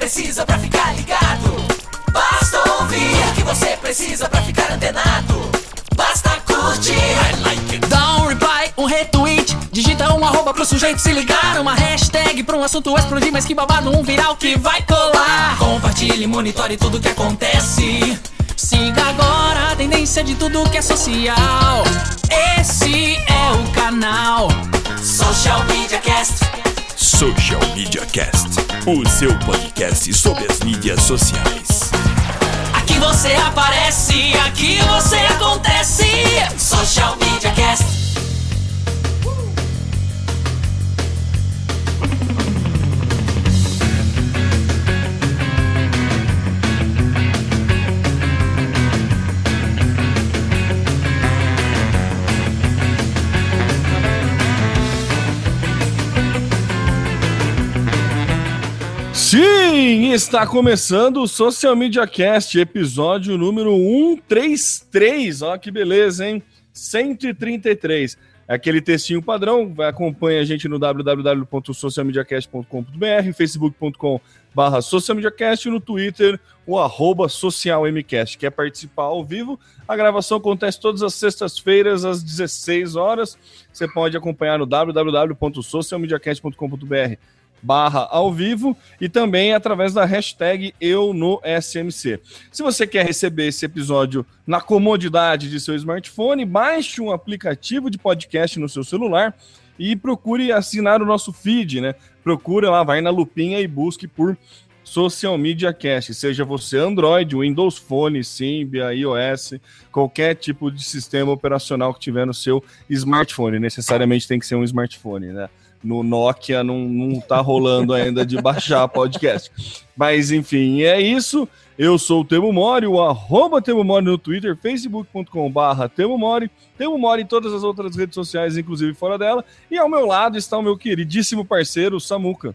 precisa pra ficar ligado. Basta ouvir o que você precisa pra ficar antenado. Basta curtir. I like it. Dá um reply, um retweet. Digita um arroba pro sujeito se ligar. Uma hashtag pra um assunto explodir. Mas que babado, um viral que vai colar. Compartilhe, monitore tudo que acontece. Siga agora a tendência de tudo que é social. Esse é o canal Social Media Cast. Social Media Cast, o seu podcast sobre as mídias sociais. Aqui você aparece, aqui você acontece. Social Media Cast. Sim, está começando o Social Media Cast, episódio número 133. Ó, que beleza, hein? 133. Aquele textinho padrão, acompanha a gente no www.socialmediacast.com.br, facebook.com/socialmediacast e no Twitter, o @socialmcast. Quer participar ao vivo? A gravação acontece todas as sextas-feiras, às 16 horas. Você pode acompanhar no www.socialmediacast.com.br /ao vivo e também através da hashtag #EuNoSMC. Se você quer receber esse episódio na comodidade de seu smartphone, baixe um aplicativo de podcast no seu celular e procure assinar o nosso feed, né? Procura lá, vai na lupinha e busque por Social Media Cast, seja você Android, Windows Phone, Symbian, iOS, qualquer tipo de sistema operacional que tiver no seu smartphone. Necessariamente tem que ser um smartphone, né? No Nokia não tá rolando ainda de baixar podcast. Mas, enfim, é isso. Eu sou o Temo Mori, o @Temo Mori no Twitter, facebook.com/Temo Mori, Temo Mori em todas as outras redes sociais, inclusive fora dela. E ao meu lado está o meu queridíssimo parceiro, Samuca.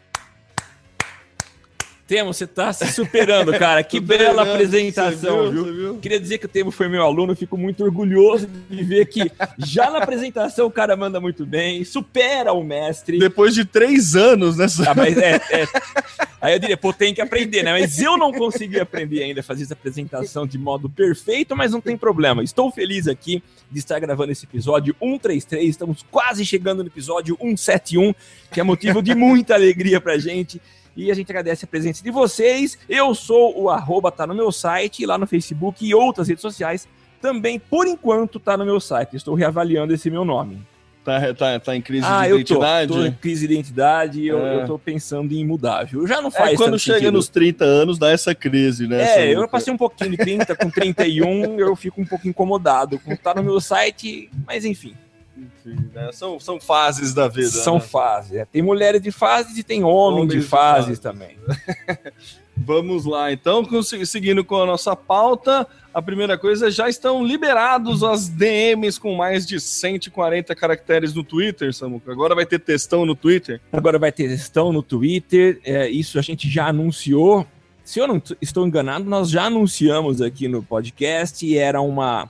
Temo, você tá se superando, cara. Que bela apresentação, viu? Queria dizer que o Temo foi meu aluno, fico muito orgulhoso de ver que já na apresentação o cara manda muito bem, supera o mestre. Depois de 3 anos, né? Mas aí eu diria, pô, tem que aprender, né? Mas eu não consegui aprender ainda a fazer essa apresentação de modo perfeito, mas não tem problema. Estou feliz aqui de estar gravando esse episódio 133, estamos quase chegando no episódio 171, que é motivo de muita alegria pra gente. E a gente agradece a presença de vocês. Eu sou o @ tá no meu site, lá no Facebook e outras redes sociais. Também, por enquanto, tá no meu site. Estou reavaliando esse meu nome. Tá em crise de identidade? Tô em crise de identidade e eu tô pensando em mudar, viu? Já não faz quando chega sentido. Nos 30 anos, dá essa crise, né? Eu passei um pouquinho de 30, com 31, eu fico um pouco incomodado com tá no meu site, mas enfim. Enfim, né? São fases da vida. São fases. Tem mulheres de fases e tem homens de fases também. Vamos lá, então, seguindo com a nossa pauta. A primeira coisa, já estão liberados as DMs com mais de 140 caracteres no Twitter, Samuca. Agora vai ter textão no Twitter? Agora vai ter textão no Twitter. Isso a gente já anunciou. Se eu não estou enganado, nós já anunciamos aqui no podcast e era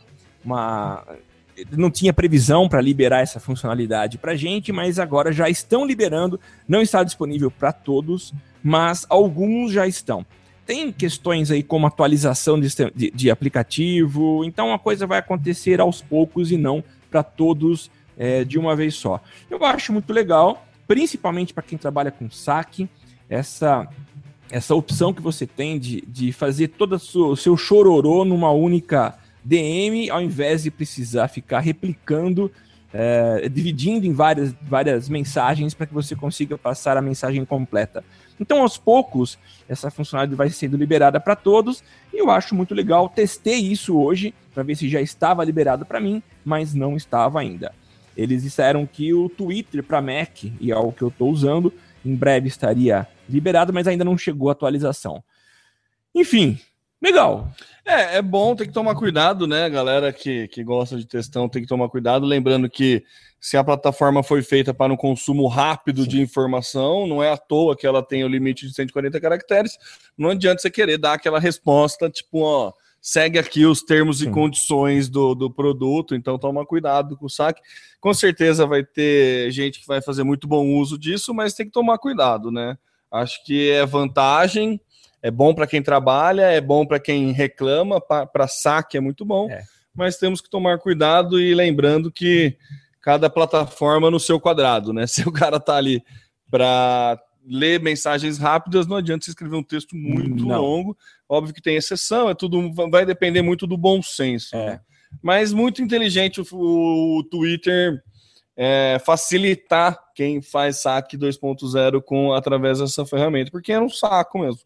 não tinha previsão para liberar essa funcionalidade para gente, mas agora já estão liberando. Não está disponível para todos, mas alguns já estão. Tem questões aí como atualização de aplicativo, então a coisa vai acontecer aos poucos e não para todos de uma vez só. Eu acho muito legal, principalmente para quem trabalha com saque, essa opção que você tem de fazer todo o seu chororô numa única DM, ao invés de precisar ficar replicando, dividindo em várias mensagens para que você consiga passar a mensagem completa. Então, aos poucos, essa funcionalidade vai sendo liberada para todos e eu acho muito legal. Testei isso hoje para ver se já estava liberado para mim, mas não estava ainda. Eles disseram que o Twitter para Mac, e é o que eu estou usando, em breve estaria liberado, mas ainda não chegou a atualização. Enfim, legal. É bom, tem que tomar cuidado, né? Galera que gosta de textão tem que tomar cuidado. Lembrando que se a plataforma foi feita para um consumo rápido de informação, não é à toa que ela tem o limite de 140 caracteres, não adianta você querer dar aquela resposta, tipo, ó, segue aqui os termos e condições do produto, então toma cuidado com o saque. Com certeza vai ter gente que vai fazer muito bom uso disso, mas tem que tomar cuidado, né? Acho que é vantagem, é bom para quem trabalha, é bom para quem reclama, para saque é muito bom, mas temos que tomar cuidado e lembrando que cada plataforma no seu quadrado, né? Se o cara tá ali para ler mensagens rápidas, não adianta você escrever um texto muito longo. Óbvio que tem exceção, tudo vai depender muito do bom senso. Né? Mas muito inteligente o Twitter facilitar quem faz saque 2.0 através dessa ferramenta, porque era um saco mesmo.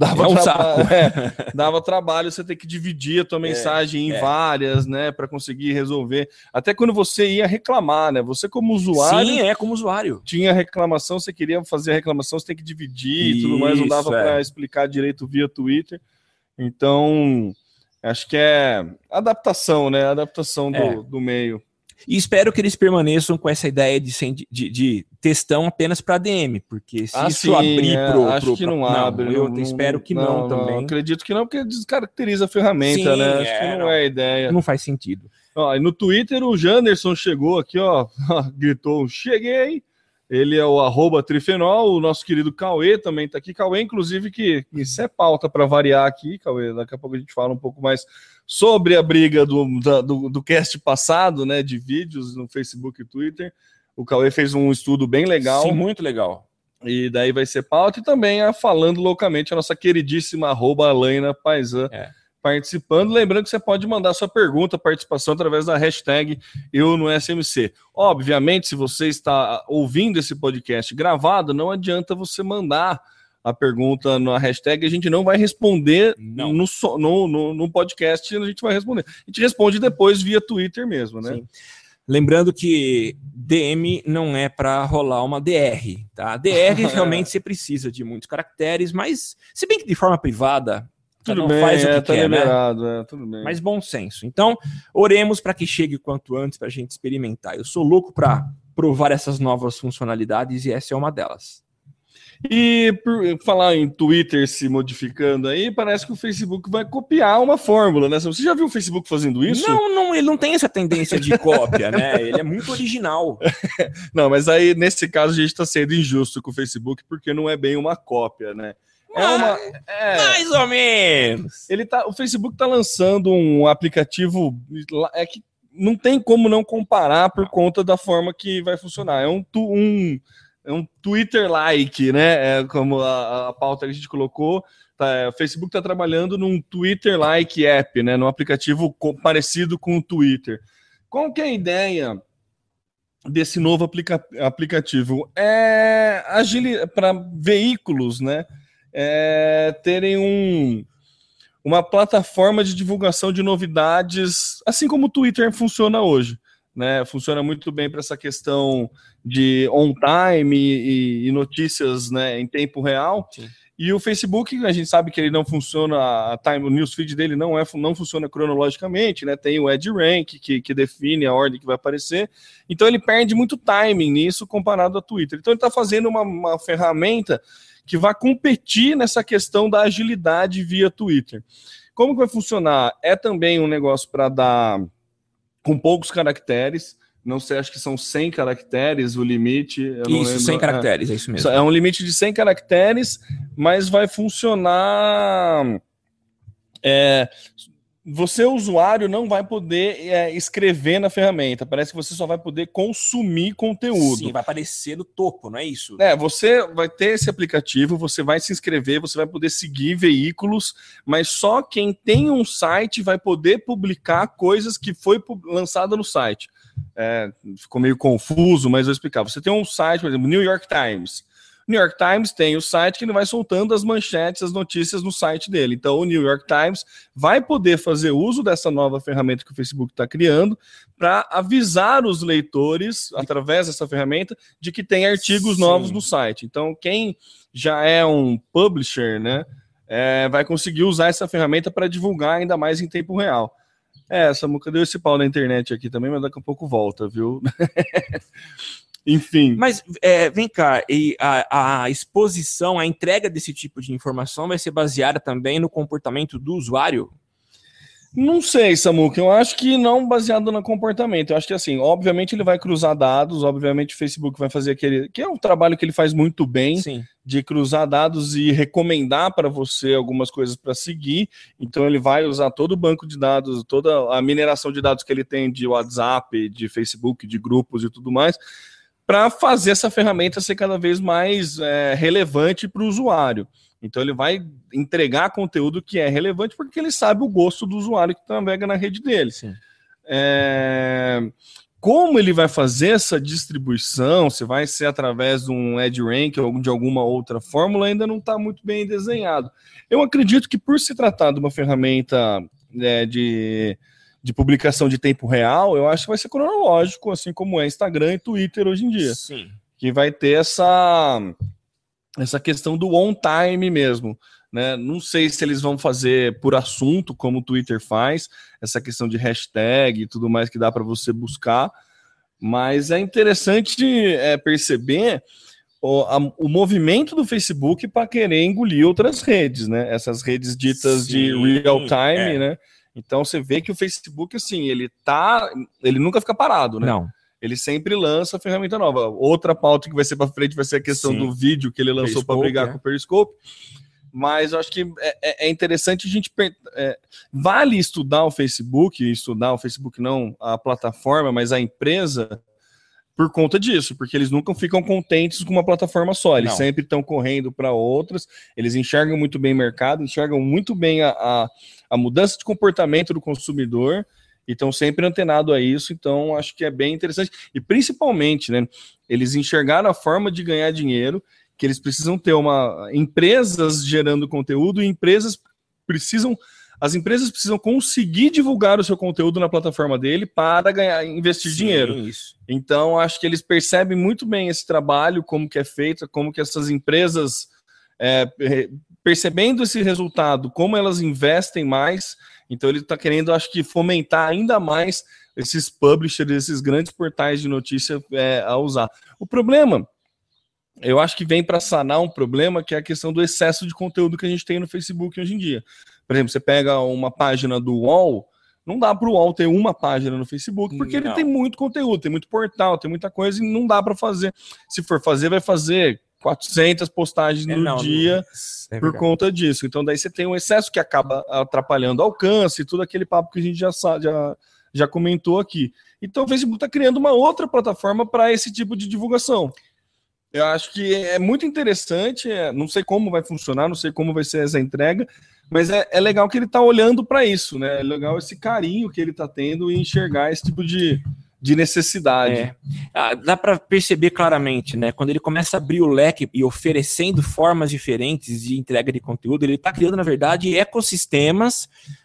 Dava trabalho você ter que dividir a tua mensagem em várias, né, para conseguir resolver. Até quando você ia reclamar, né? Você como usuário... Sim, como usuário. Tinha reclamação, você queria fazer a reclamação, você tem que dividir e tudo mais, não dava para explicar direito via Twitter. Então, acho que é adaptação, né? Adaptação do meio. E espero que eles permaneçam com essa ideia de textão apenas para DM, porque se isso abrir acho que não abre. Eu espero que não também. Acredito que não, porque descaracteriza a ferramenta, né? Acho que não é a ideia. Não faz sentido. Ó, e no Twitter o Janderson chegou aqui, ó, gritou, cheguei. Ele é o @trifenol, o nosso querido Cauê também tá aqui. Cauê, inclusive, que isso é pauta para variar aqui, Cauê. Daqui a pouco a gente fala um pouco mais sobre a briga do cast passado, né, de vídeos no Facebook e Twitter. O Cauê fez um estudo bem legal. Sim, muito legal. E daí vai ser pauta. E também Falando Loucamente, a nossa queridíssima @Alaina Paisan participando. Lembrando que você pode mandar sua pergunta, participação através da hashtag #EuNoSMC. Obviamente, se você está ouvindo esse podcast gravado, não adianta você mandar a pergunta na hashtag, a gente não vai responder no podcast, a gente vai responder. A gente responde depois via Twitter mesmo, né? Sim. Lembrando que DM não é para rolar uma DR, tá? DR realmente você precisa de muitos caracteres, mas se bem que de forma privada tudo bem, faz o que quer, liberado, né? Tudo bem. Mas bom senso. Então, oremos para que chegue quanto antes para a gente experimentar. Eu sou louco para provar essas novas funcionalidades e essa é uma delas. E por falar em Twitter se modificando aí, parece que o Facebook vai copiar uma fórmula, né? Você já viu o Facebook fazendo isso? Não, ele não tem essa tendência de cópia, né? Ele é muito original. Não, mas aí nesse caso a gente está sendo injusto com o Facebook porque não é bem uma cópia, né? Mais ou menos. O Facebook está lançando um aplicativo que não tem como não comparar por conta da forma que vai funcionar. É um Twitter-like, né? Como a pauta que a gente colocou. O Facebook está trabalhando num Twitter-like app, né? Num aplicativo parecido com o Twitter. Qual que é a ideia desse novo aplicativo? Para veículos, né? Terem uma plataforma de divulgação de novidades, assim como o Twitter funciona hoje. Né, funciona muito bem para essa questão de on-time e notícias, né, em tempo real. Sim. E o Facebook, a gente sabe que ele não funciona, o newsfeed dele não funciona cronologicamente, né, tem o EdRank que define a ordem que vai aparecer, então ele perde muito timing nisso comparado ao Twitter. Então ele está fazendo uma ferramenta que vai competir nessa questão da agilidade via Twitter. Como que vai funcionar? É também um negócio para dar com poucos caracteres, não sei, acho que são 100 caracteres o limite. Isso, 100 caracteres, é isso mesmo. É um limite de 100 caracteres, mas vai funcionar... Você, usuário, não vai poder escrever na ferramenta, parece que você só vai poder consumir conteúdo. Sim, vai aparecer no topo, não é isso? Você vai ter esse aplicativo, você vai se inscrever, você vai poder seguir veículos, mas só quem tem um site vai poder publicar coisas que foi lançada no site. Ficou meio confuso, mas vou explicar. Você tem um site, por exemplo, New York Times. New York Times tem o site que ele vai soltando as manchetes, as notícias no site dele. Então, o New York Times vai poder fazer uso dessa nova ferramenta que o Facebook está criando para avisar os leitores, através dessa ferramenta, de que tem artigos novos no site. Então, quem já é um publisher, né, vai conseguir usar essa ferramenta para divulgar ainda mais em tempo real. Samuca deu esse pau na internet aqui também, mas daqui a pouco volta, viu? Enfim. Mas vem cá, e a exposição, a entrega desse tipo de informação vai ser baseada também no comportamento do usuário? Não sei, Samuca, eu acho que não baseado no comportamento. Eu acho que assim, obviamente ele vai cruzar dados, obviamente o Facebook vai fazer aquele, que é um trabalho que ele faz muito bem, Sim. de cruzar dados e recomendar para você algumas coisas para seguir. Então ele vai usar todo o banco de dados, toda a mineração de dados que ele tem de WhatsApp, de Facebook, de grupos e tudo mais, para fazer essa ferramenta ser cada vez mais relevante para o usuário. Então ele vai entregar conteúdo que é relevante porque ele sabe o gosto do usuário que navega na rede dele. Sim. Como ele vai fazer essa distribuição, se vai ser através de um EdRank ou de alguma outra fórmula, ainda não está muito bem desenhado. Eu acredito que por se tratar de uma ferramenta de publicação de tempo real, eu acho que vai ser cronológico, assim como é Instagram e Twitter hoje em dia. Sim. Que vai ter essa questão do on time mesmo, né? Não sei se eles vão fazer por assunto, como o Twitter faz, essa questão de hashtag e tudo mais que dá para você buscar, mas é interessante perceber o movimento do Facebook para querer engolir outras redes, né? Essas redes ditas de real time, né? Então você vê que o Facebook, assim, ele nunca fica parado, né? Não. Ele sempre lança ferramenta nova. Outra pauta que vai ser para frente vai ser a questão do vídeo que ele lançou para brigar com o Periscope. Mas eu acho que é interessante a gente... vale estudar o Facebook não a plataforma, mas a empresa, por conta disso, porque eles nunca ficam contentes com uma plataforma só. Eles sempre estão correndo para outras, eles enxergam muito bem o mercado, enxergam muito bem a mudança de comportamento do consumidor, e estão sempre antenados a isso, então acho que é bem interessante. E principalmente, né, eles enxergaram a forma de ganhar dinheiro, que eles precisam ter empresas gerando conteúdo, e as empresas precisam conseguir divulgar o seu conteúdo na plataforma dele para investir dinheiro. Isso. Então, acho que eles percebem muito bem esse trabalho, como que é feito, como que essas empresas, percebendo esse resultado, como elas investem mais. Então ele está querendo, acho que, fomentar ainda mais esses publishers, esses grandes portais de notícia a usar. O problema, eu acho que vem para sanar um problema, que é a questão do excesso de conteúdo que a gente tem no Facebook hoje em dia. Por exemplo, você pega uma página do UOL, não dá para o UOL ter uma página no Facebook, porque ele tem muito conteúdo, tem muito portal, tem muita coisa, e não dá para fazer. Se for fazer, vai fazer 400 postagens no dia por conta disso. Então daí você tem um excesso que acaba atrapalhando o alcance e tudo aquele papo que a gente já comentou aqui. Então o Facebook está criando uma outra plataforma para esse tipo de divulgação. Eu acho que é muito interessante, não sei como vai funcionar, não sei como vai ser essa entrega, mas é legal que ele está olhando para isso, né? É legal esse carinho que ele está tendo e enxergar esse tipo de necessidade. Dá para perceber claramente, né? Quando ele começa a abrir o leque e oferecendo formas diferentes de entrega de conteúdo, ele está criando, na verdade, ecossistemas,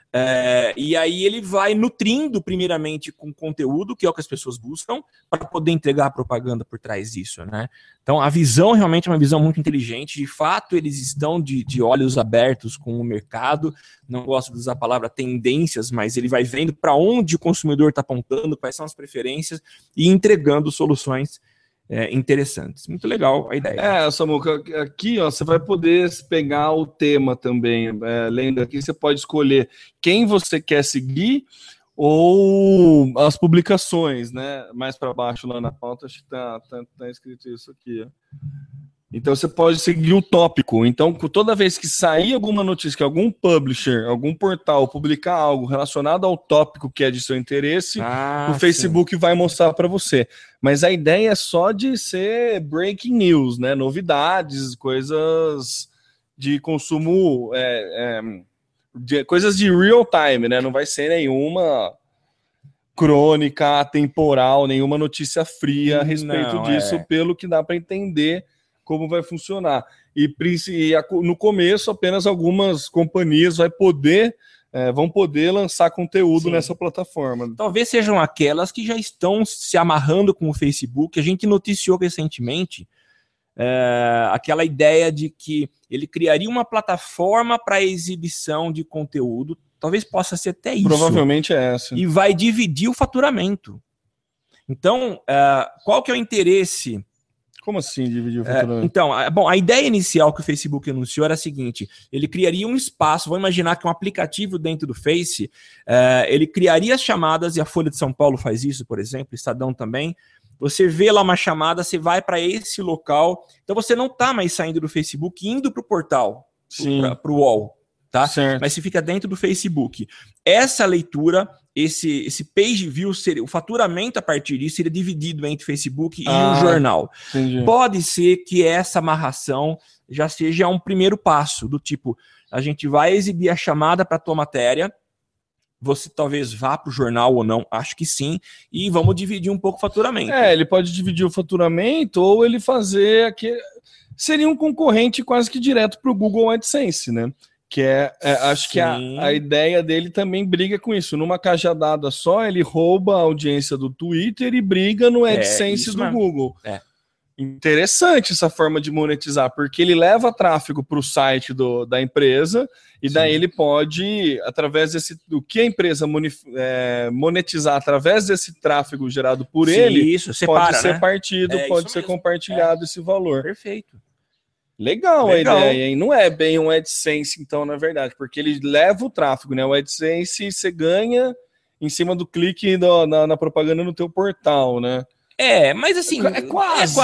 e aí ele vai nutrindo primeiramente com conteúdo, que é o que as pessoas buscam, para poder entregar a propaganda por trás disso, né? Então a visão realmente é uma visão muito inteligente. De fato, eles estão de olhos abertos com o mercado. Não gosto de usar a palavra tendências, mas ele vai vendo para onde o consumidor está apontando, quais são as preferências, e entregando soluções interessantes. Muito legal a ideia. Samuca, aqui você vai poder pegar o tema também. Lendo aqui, você pode escolher quem você quer seguir ou as publicações, né? Mais para baixo lá na pauta, acho que tá escrito isso aqui. Então você pode seguir o tópico. Então, toda vez que sair alguma notícia, que algum publisher, algum portal publicar algo relacionado ao tópico que é de seu interesse, o Facebook vai mostrar para você. Mas a ideia é só de ser breaking news, né? Novidades, coisas de consumo, coisas de real time, né? Não vai ser nenhuma crônica atemporal, nenhuma notícia fria a respeito disso, pelo que dá para entender como vai funcionar. E no começo, apenas algumas companhias vão poder lançar conteúdo nessa plataforma. Talvez sejam aquelas que já estão se amarrando com o Facebook. A gente noticiou recentemente aquela ideia de que ele criaria uma plataforma para exibição de conteúdo. Talvez possa ser até isso. Provavelmente é essa. E vai dividir o faturamento. Então, qual que é o interesse? Como assim dividir o faturamento? Então, bom, a ideia inicial que o Facebook anunciou era a seguinte: ele criaria um espaço, vamos imaginar que um aplicativo dentro do Face, ele criaria as chamadas, e a Folha de São Paulo faz isso, por exemplo, o Estadão também. Você vê lá uma chamada, você vai para esse local, então você não está mais saindo do Facebook, indo para o portal, para o UOL, tá? Certo. Mas você fica dentro do Facebook. Essa leitura, esse page view, o faturamento a partir disso seria dividido entre Facebook e o jornal. Entendi. Pode ser que essa amarração já seja um primeiro passo, do tipo, a gente vai exibir a chamada para a tua matéria, você talvez vá para o jornal ou não, acho que sim, e vamos dividir um pouco o faturamento. Ele pode dividir o faturamento ou ele fazer aquele... Seria um concorrente quase que direto para o Google AdSense, né? Que acho que a ideia dele também briga com isso. Numa cajadada só, ele rouba a audiência do Twitter e briga no AdSense do Google. Interessante essa forma de monetizar, porque ele leva tráfego para o site da empresa e daí ele pode, através do que a empresa monetizar através desse tráfego gerado por ele, pode ser partido, pode ser compartilhado esse valor. Perfeito. Legal a ideia, hein? Não é bem um AdSense, então, na verdade, porque ele leva o tráfego, né? O AdSense você ganha em cima do clique na propaganda no teu portal, né? Mas assim... É quase.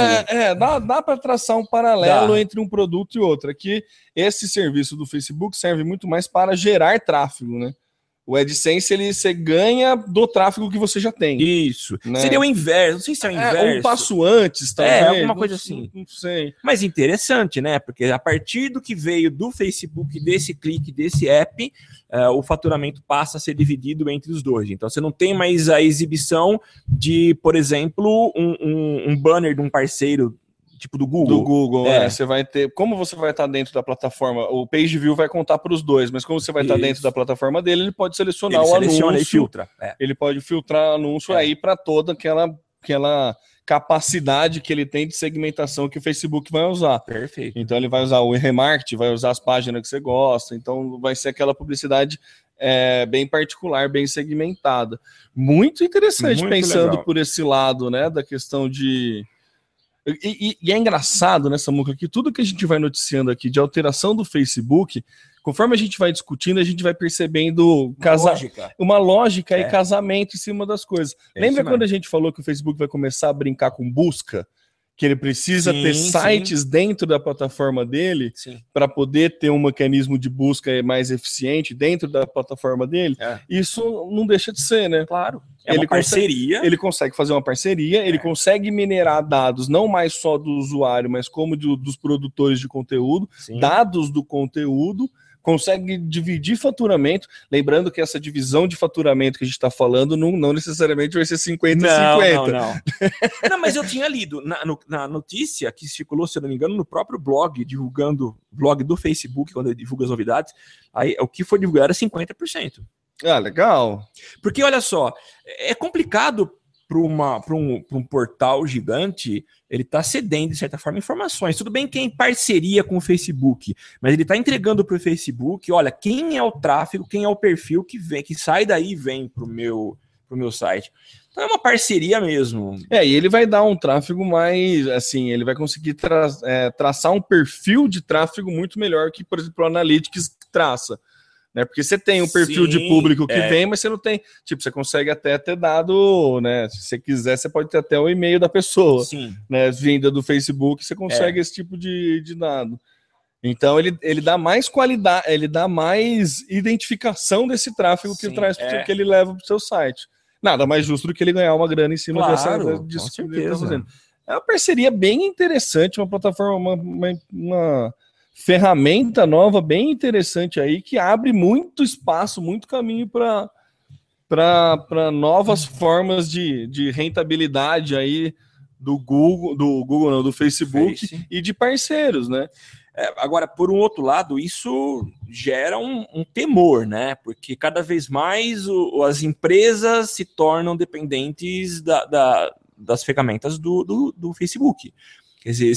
Dá para traçar um paralelo entre um produto e outro. Aqui, esse serviço do Facebook serve muito mais para gerar tráfego, né? O AdSense, você ganha do tráfego que você já tem. Isso. Né? Seria o inverso. Não sei se é o inverso. Um passo antes, talvez. Alguma coisa assim. Não sei. Mas interessante, né? Porque a partir do que veio do Facebook, desse clique, desse app, o faturamento passa a ser dividido entre os dois. Então, você não tem mais a exibição de, por exemplo, um banner de um parceiro tipo do Google. Do Google, você vai ter... Como você vai estar dentro da plataforma, o page view vai contar para os dois, mas como você vai estar dentro da plataforma dele, ele pode selecionar o anúncio. E filtra. Ele pode filtrar anúncio aí para toda aquela capacidade que ele tem de segmentação que o Facebook vai usar. Perfeito. Então ele vai usar o remarketing, vai usar as páginas que você gosta, então vai ser aquela publicidade bem particular, bem segmentada. Muito interessante. Muito pensando legal. Por esse lado, né, da questão de... E é engraçado nessa muca que tudo que a gente vai noticiando aqui de alteração do Facebook, conforme a gente vai discutindo, a gente vai percebendo uma lógica e casamento em cima das coisas. Lembra quando a gente falou que o Facebook vai começar a brincar com busca? Que ele precisa ter sites dentro da plataforma dele para poder ter um mecanismo de busca mais eficiente dentro da plataforma dele? Isso não deixa de ser, né? Claro. Uma parceria. Ele consegue fazer uma parceria, ele consegue minerar dados, não mais só do usuário, mas como dos produtores de conteúdo, dados do conteúdo, consegue dividir faturamento, lembrando que essa divisão de faturamento que a gente está falando não necessariamente vai ser 50-50. Não, mas eu tinha lido na notícia que circulou, se eu não me engano, no próprio blog, blog do Facebook, quando ele divulga as novidades, aí o que foi divulgado era 50%. Legal. Porque, olha só, é complicado para um portal gigante, ele está cedendo, de certa forma, informações. Tudo bem que é em parceria com o Facebook, mas ele está entregando para o Facebook, olha, quem é o tráfego, quem é o perfil que sai daí e vem para o meu site. Então é uma parceria mesmo. E ele vai dar um tráfego mais, assim, ele vai conseguir traçar um perfil de tráfego muito melhor que, por exemplo, o Analytics traça. Né? Porque você tem um perfil de público que vem, mas você não tem. Tipo, você consegue até ter dado, né? Se você quiser, você pode ter até o e-mail da pessoa. Né? Vinda do Facebook, você consegue esse tipo de dado. Então, ele dá mais qualidade, ele dá mais identificação desse tráfego que ele traz, que ele leva para o seu site. Nada mais justo do que ele ganhar uma grana em cima disso que ele está fazendo. É uma parceria bem interessante, uma plataforma, uma ferramenta nova bem interessante aí, que abre muito espaço, muito caminho para novas formas de rentabilidade aí do Facebook e de parceiros, né? Agora, por um outro lado, isso gera um temor, né? Porque cada vez mais as empresas se tornam dependentes das ferramentas do Facebook. Quer dizer,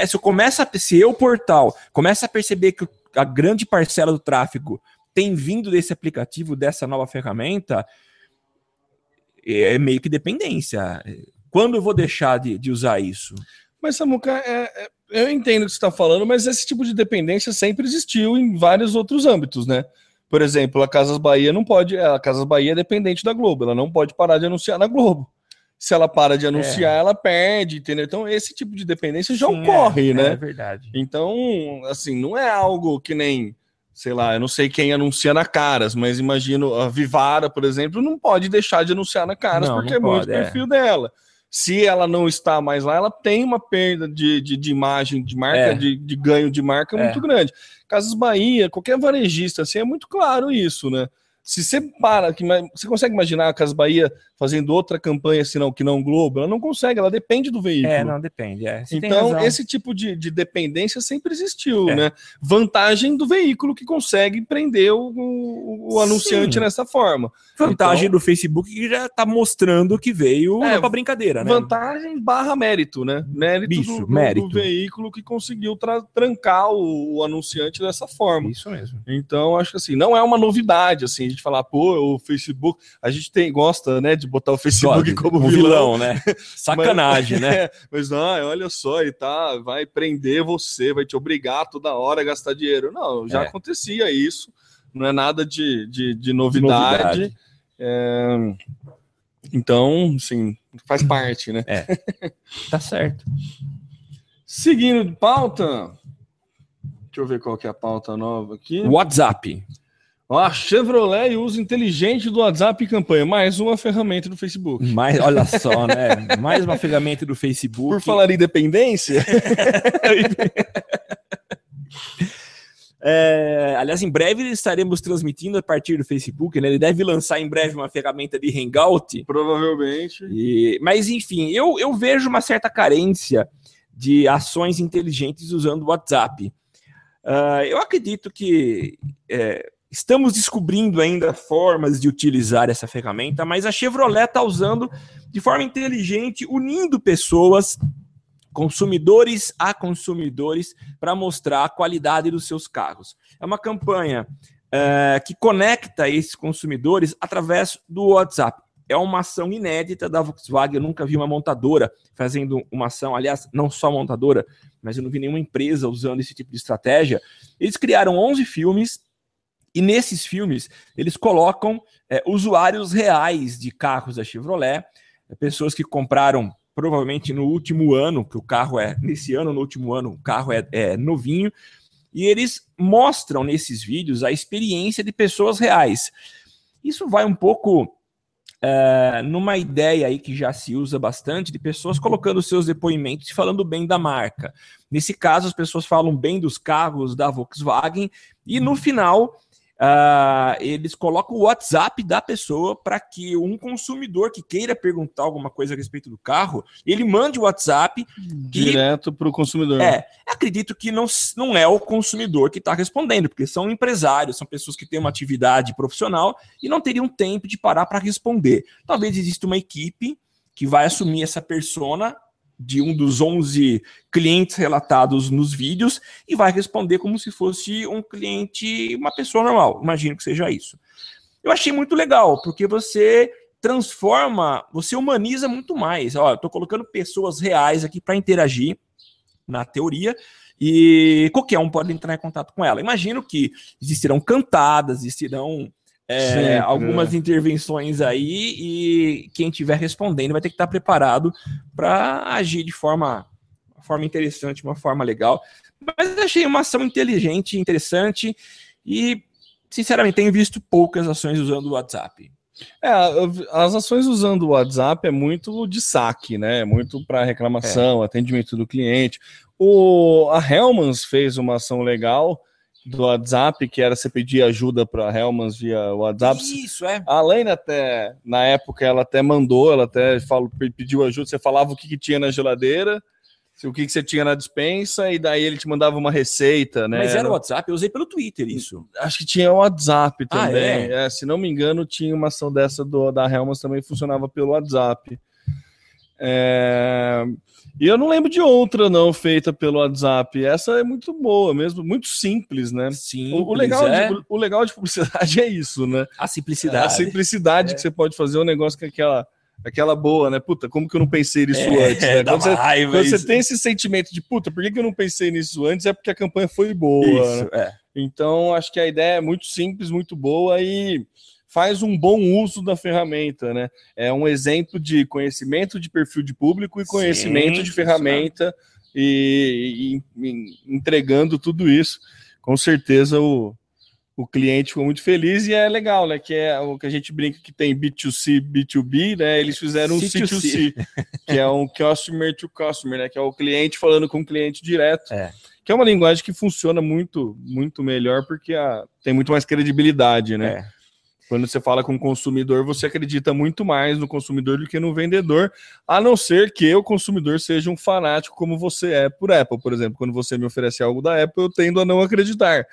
se o portal começa a perceber que a grande parcela do tráfego tem vindo desse aplicativo, dessa nova ferramenta, é meio que dependência. Quando eu vou deixar de usar isso? Mas, Samuca, eu entendo o que você está falando, mas esse tipo de dependência sempre existiu em vários outros âmbitos, né? Por exemplo, a Casas Bahia não pode... A Casas Bahia é dependente da Globo, ela não pode parar de anunciar na Globo. Se ela para de anunciar, ela perde, entendeu? Então, esse tipo de dependência já ocorre, né? É verdade. Então, assim, não é algo que nem... Sei lá, eu não sei quem anuncia na Caras, mas imagino a Vivara, por exemplo, não pode deixar de anunciar na Caras porque é muito perfil dela. Se ela não está mais lá, ela tem uma perda de imagem, de marca, de ganho de marca muito grande. Casas Bahia, qualquer varejista, assim, é muito claro isso, né? Se você você consegue imaginar a Casas Bahia fazendo outra campanha senão que não Globo? Ela não consegue, ela depende do veículo. Não depende. Então, esse tipo de dependência sempre existiu, né? Vantagem do veículo que consegue prender o anunciante nessa forma. Vantagem do Facebook que já está mostrando que veio para brincadeira, né? Vantagem barra mérito, né? Mérito do veículo que conseguiu trancar o anunciante dessa forma. Isso mesmo. Então, acho que assim, não é uma novidade, assim, a gente falar, o Facebook, a gente gosta, né, de botar o Facebook como vilão, né? Sacanagem, né? Mas olha só, ele vai prender você, vai te obrigar toda hora a gastar dinheiro. Não, já acontecia isso, não é nada de novidade. Então, assim, faz parte, né? Tá certo. Seguindo de pauta, deixa eu ver qual que é a pauta nova aqui. WhatsApp. A Chevrolet e uso inteligente do WhatsApp em campanha. Mais uma ferramenta do Facebook. Olha só, né? Mais uma ferramenta do Facebook. Por falar em dependência... aliás, em breve estaremos transmitindo a partir do Facebook, né? Ele deve lançar em breve uma ferramenta de Hangout. Provavelmente. Mas, enfim, eu vejo uma certa carência de ações inteligentes usando o WhatsApp. Eu acredito que... estamos descobrindo ainda formas de utilizar essa ferramenta, mas a Chevrolet está usando de forma inteligente, unindo pessoas, consumidores a consumidores, para mostrar a qualidade dos seus carros. É uma campanha que conecta esses consumidores através do WhatsApp. É uma ação inédita da Volkswagen, eu nunca vi uma montadora fazendo uma ação, aliás, não só montadora, mas eu não vi nenhuma empresa usando esse tipo de estratégia. Eles criaram 11 filmes, e nesses filmes, eles colocam usuários reais de carros da Chevrolet, pessoas que compraram provavelmente no último ano, que o carro nesse ano, no último ano, o carro é novinho, e eles mostram nesses vídeos a experiência de pessoas reais. Isso vai um pouco numa ideia aí que já se usa bastante, de pessoas colocando seus depoimentos e falando bem da marca. Nesse caso, as pessoas falam bem dos carros da Volkswagen, e no final... eles colocam o WhatsApp da pessoa para que um consumidor que queira perguntar alguma coisa a respeito do carro, ele mande o WhatsApp direto para o consumidor. Acredito que não é o consumidor que está respondendo, porque são empresários, são pessoas que têm uma atividade profissional e não teriam tempo de parar para responder. Talvez exista uma equipe que vai assumir essa persona de um dos 11 clientes relatados nos vídeos e vai responder como se fosse um cliente, uma pessoa normal. Imagino que seja isso. Eu achei muito legal, porque você transforma, você humaniza muito mais. Eu estou colocando pessoas reais aqui para interagir, na teoria, e qualquer um pode entrar em contato com ela. Imagino que existirão cantadas, existirão... algumas intervenções aí, e quem estiver respondendo vai ter que estar preparado para agir de forma interessante, uma forma legal. Mas achei uma ação inteligente, interessante, e sinceramente tenho visto poucas ações usando o WhatsApp. As ações usando o WhatsApp é muito de saque, né? Muito para reclamação, atendimento do cliente. A Hellmann's fez uma ação legal do WhatsApp, que era você pedir ajuda para a Hellmann's via WhatsApp. Isso, Além até, na época, ela até mandou, ela até pediu ajuda, você falava o que tinha na geladeira, o que você tinha na despensa, e daí ele te mandava uma receita, né? Mas era o WhatsApp? Eu usei pelo Twitter isso. Acho que tinha o WhatsApp também. Se não me engano, tinha uma ação dessa da Hellmann's também, funcionava pelo WhatsApp. E eu não lembro de outra não feita pelo WhatsApp. Essa é muito boa mesmo, muito simples, né? Simples, o legal de publicidade é isso, né? A simplicidade. A simplicidade que você pode fazer um negócio com aquela boa, né? Puta, como que eu não pensei nisso antes? Né? Quando você tem esse sentimento de, puta, por que eu não pensei nisso antes? É porque a campanha foi boa. Isso, né? Então, acho que a ideia é muito simples, muito boa e faz um bom uso da ferramenta, né? É um exemplo de conhecimento de perfil de público e conhecimento de ferramenta e entregando tudo isso. Com certeza o cliente ficou muito feliz e é legal, né? Que é o que a gente brinca que tem B2C, B2B, né? Eles fizeram um C2C, que é um customer to customer, né? Que é o cliente falando com o cliente direto. Que é uma linguagem que funciona muito, muito melhor porque tem muito mais credibilidade, né? Quando você fala com o consumidor, você acredita muito mais no consumidor do que no vendedor, a não ser que o consumidor seja um fanático como você é por Apple, por exemplo. Quando você me oferece algo da Apple, eu tendo a não acreditar.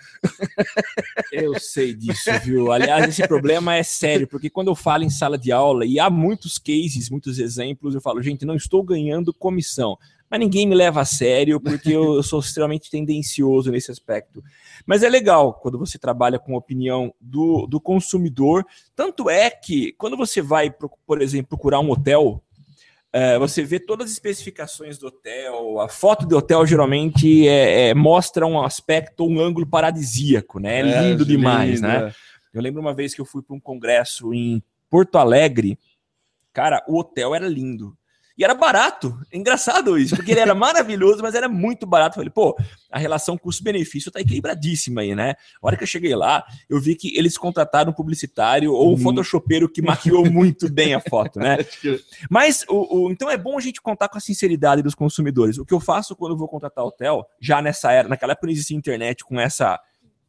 Eu sei disso, viu? Aliás, esse problema é sério, porque quando eu falo em sala de aula, e há muitos cases, muitos exemplos, eu falo, gente, não estou ganhando comissão. Mas ninguém me leva a sério, porque eu sou extremamente tendencioso nesse aspecto. Mas é legal quando você trabalha com a opinião do consumidor. Tanto é que, quando você vai, por exemplo, procurar um hotel, você vê todas as especificações do hotel, a foto do hotel geralmente mostra um aspecto, um ângulo paradisíaco, né? É lindo demais, né? Eu lembro uma vez que eu fui para um congresso em Porto Alegre, cara, o hotel era lindo. E era barato. É engraçado isso, porque ele era maravilhoso, mas era muito barato. Eu falei, pô, a relação custo-benefício tá equilibradíssima aí, né? A hora que eu cheguei lá, eu vi que eles contrataram um publicitário ou um photoshopeiro que maquiou muito bem a foto, né? Mas, então é bom a gente contar com a sinceridade dos consumidores. O que eu faço quando eu vou contratar hotel, já naquela época não existia internet com essa...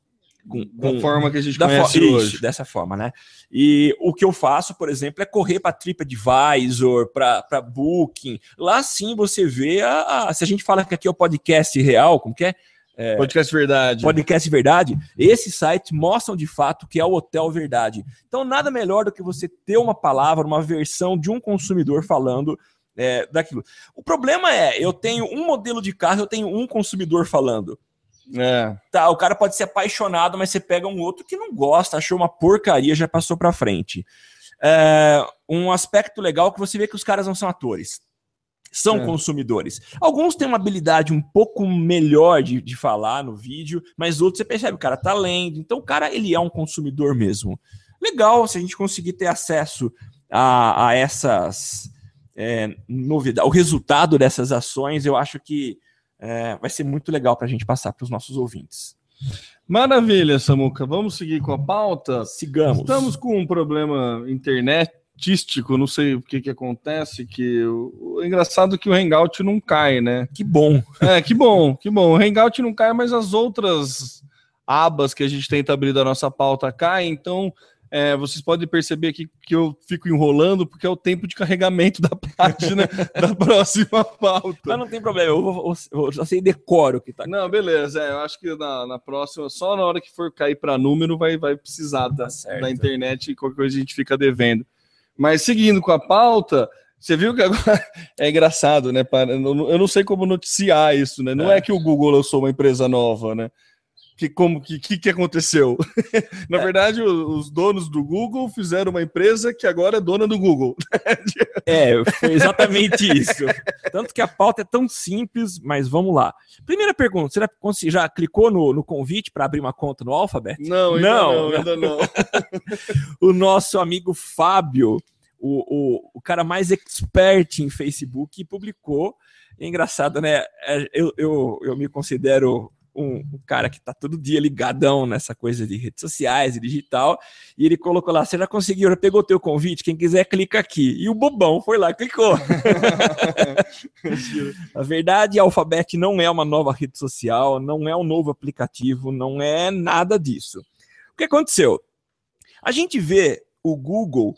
Da forma que a gente conhece hoje. Dessa forma, né? E o que eu faço, por exemplo, é correr para TripAdvisor, para Booking. Lá sim você vê se a gente fala que aqui é o podcast real, como que é? Podcast Verdade. Podcast Verdade. Esses sites mostram de fato que é o Hotel Verdade. Então nada melhor do que você ter uma palavra, uma versão de um consumidor falando daquilo. O problema eu tenho um modelo de carro, eu tenho um consumidor falando. Tá, o cara pode ser apaixonado, mas você pega um outro que não gosta, achou uma porcaria, já passou pra frente. Um aspecto legal é que você vê que os caras não são atores, são consumidores. Alguns têm uma habilidade um pouco melhor de falar no vídeo, mas outros você percebe, o cara tá lendo, então o cara ele é um consumidor mesmo. Legal se a gente conseguir ter acesso a essas novidades, o resultado dessas ações, eu acho que vai ser muito legal para a gente passar para os nossos ouvintes. Maravilha, Samuca. Vamos seguir com a pauta? Sigamos. Estamos com um problema internetístico, não sei o que acontece, que o engraçado é que o Hangout não cai, né? Que bom. Que bom. O Hangout não cai, mas as outras abas que a gente tenta abrir da nossa pauta caem, então... vocês podem perceber que eu fico enrolando porque é o tempo de carregamento da página da próxima pauta. Mas não tem problema, eu já sei decoro o que tá. Não, beleza, eu acho que na próxima, só na hora que for cair para número, vai precisar da internet e qualquer coisa a gente fica devendo. Mas seguindo com a pauta, você viu que agora é engraçado, né? Eu não sei como noticiar isso, né? Não é que o Google lançou uma empresa nova, né? Que aconteceu? Na verdade, os donos do Google fizeram uma empresa que agora é dona do Google. Foi exatamente isso. Tanto que a pauta é tão simples, mas vamos lá. Primeira pergunta, você já clicou no convite para abrir uma conta no Alphabet? Não, ainda não. O nosso amigo Fábio, o cara mais expert em Facebook, publicou. É engraçado, né? Eu me considero... Um cara que tá todo dia ligadão nessa coisa de redes sociais e digital, e ele colocou lá, você já conseguiu, já pegou o teu convite? Quem quiser, clica aqui. E o bobão foi lá, clicou. Na verdade, a Alphabet não é uma nova rede social, não é um novo aplicativo, não é nada disso. O que aconteceu? A gente vê o Google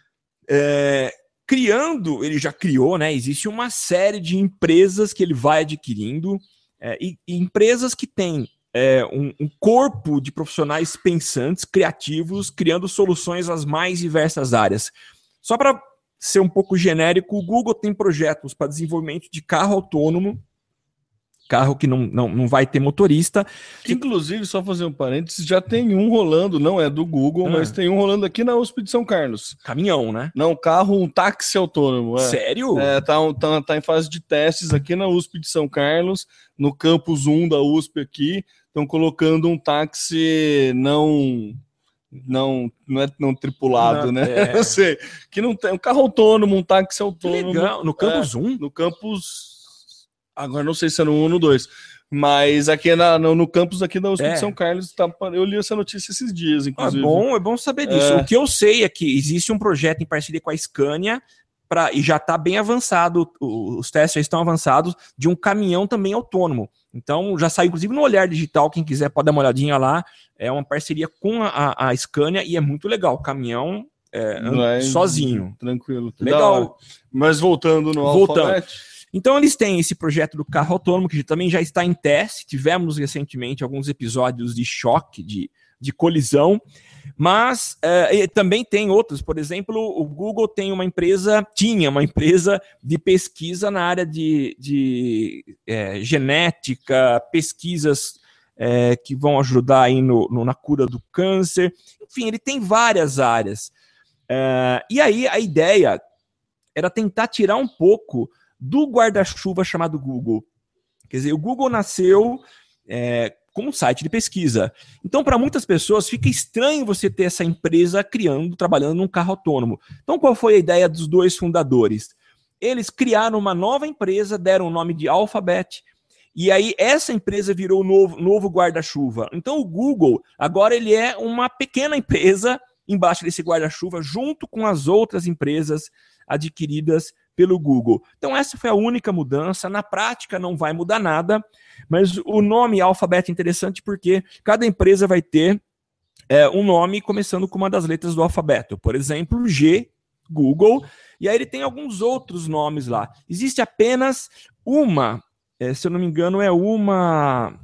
criando, ele já criou, né? Existe uma série de empresas que ele vai adquirindo, e empresas que têm um corpo de profissionais pensantes, criativos, criando soluções às mais diversas áreas. Só para ser um pouco genérico, o Google tem projetos para desenvolvimento de carro autônomo, carro que não vai ter motorista. Que, inclusive, só fazer um parênteses, já tem um rolando, não é do Google, mas tem um rolando aqui na USP de São Carlos. Caminhão, né? Não, carro, um táxi autônomo. Sério? Tá em fase de testes aqui na USP de São Carlos, no campus 1 da USP aqui, estão colocando um táxi não tripulado, né? Eu sei. Que não tem um carro autônomo, um táxi autônomo. Que legal. No campus 1? No campus. Agora não sei se é no 1 ou no 2. Mas aqui no campus aqui da USP de São Carlos, eu li essa notícia esses dias, inclusive. É bom saber disso. O que eu sei é que existe um projeto em parceria com a Scania, e já está bem avançado, os testes já estão avançados, de um caminhão também autônomo. Então, já saiu, inclusive, no Olhar Digital, quem quiser pode dar uma olhadinha lá. É uma parceria com a Scania e é muito legal. O caminhão sozinho. Tranquilo. Legal. Mas voltando Alphabet... Então, eles têm esse projeto do carro autônomo, que também já está em teste. Tivemos recentemente alguns episódios de choque, de colisão. Mas também tem outros. Por exemplo, o Google tinha uma empresa de pesquisa na área de genética, pesquisas que vão ajudar aí na cura do câncer. Enfim, ele tem várias áreas. E aí a ideia era tentar tirar um pouco do guarda-chuva chamado Google. Quer dizer, o Google nasceu como um site de pesquisa. Então, para muitas pessoas, fica estranho você ter essa empresa trabalhando num carro autônomo. Então, qual foi a ideia dos dois fundadores? Eles criaram uma nova empresa, deram o nome de Alphabet, e aí essa empresa virou o novo guarda-chuva. Então, o Google, agora ele é uma pequena empresa embaixo desse guarda-chuva, junto com as outras empresas adquiridas pelo Google. Então essa foi a única mudança. Na prática não vai mudar nada, mas o nome Alphabet é interessante porque cada empresa vai ter um nome começando com uma das letras do alfabeto. Por exemplo, G, Google, e aí ele tem alguns outros nomes lá. Existe apenas se eu não me engano, uma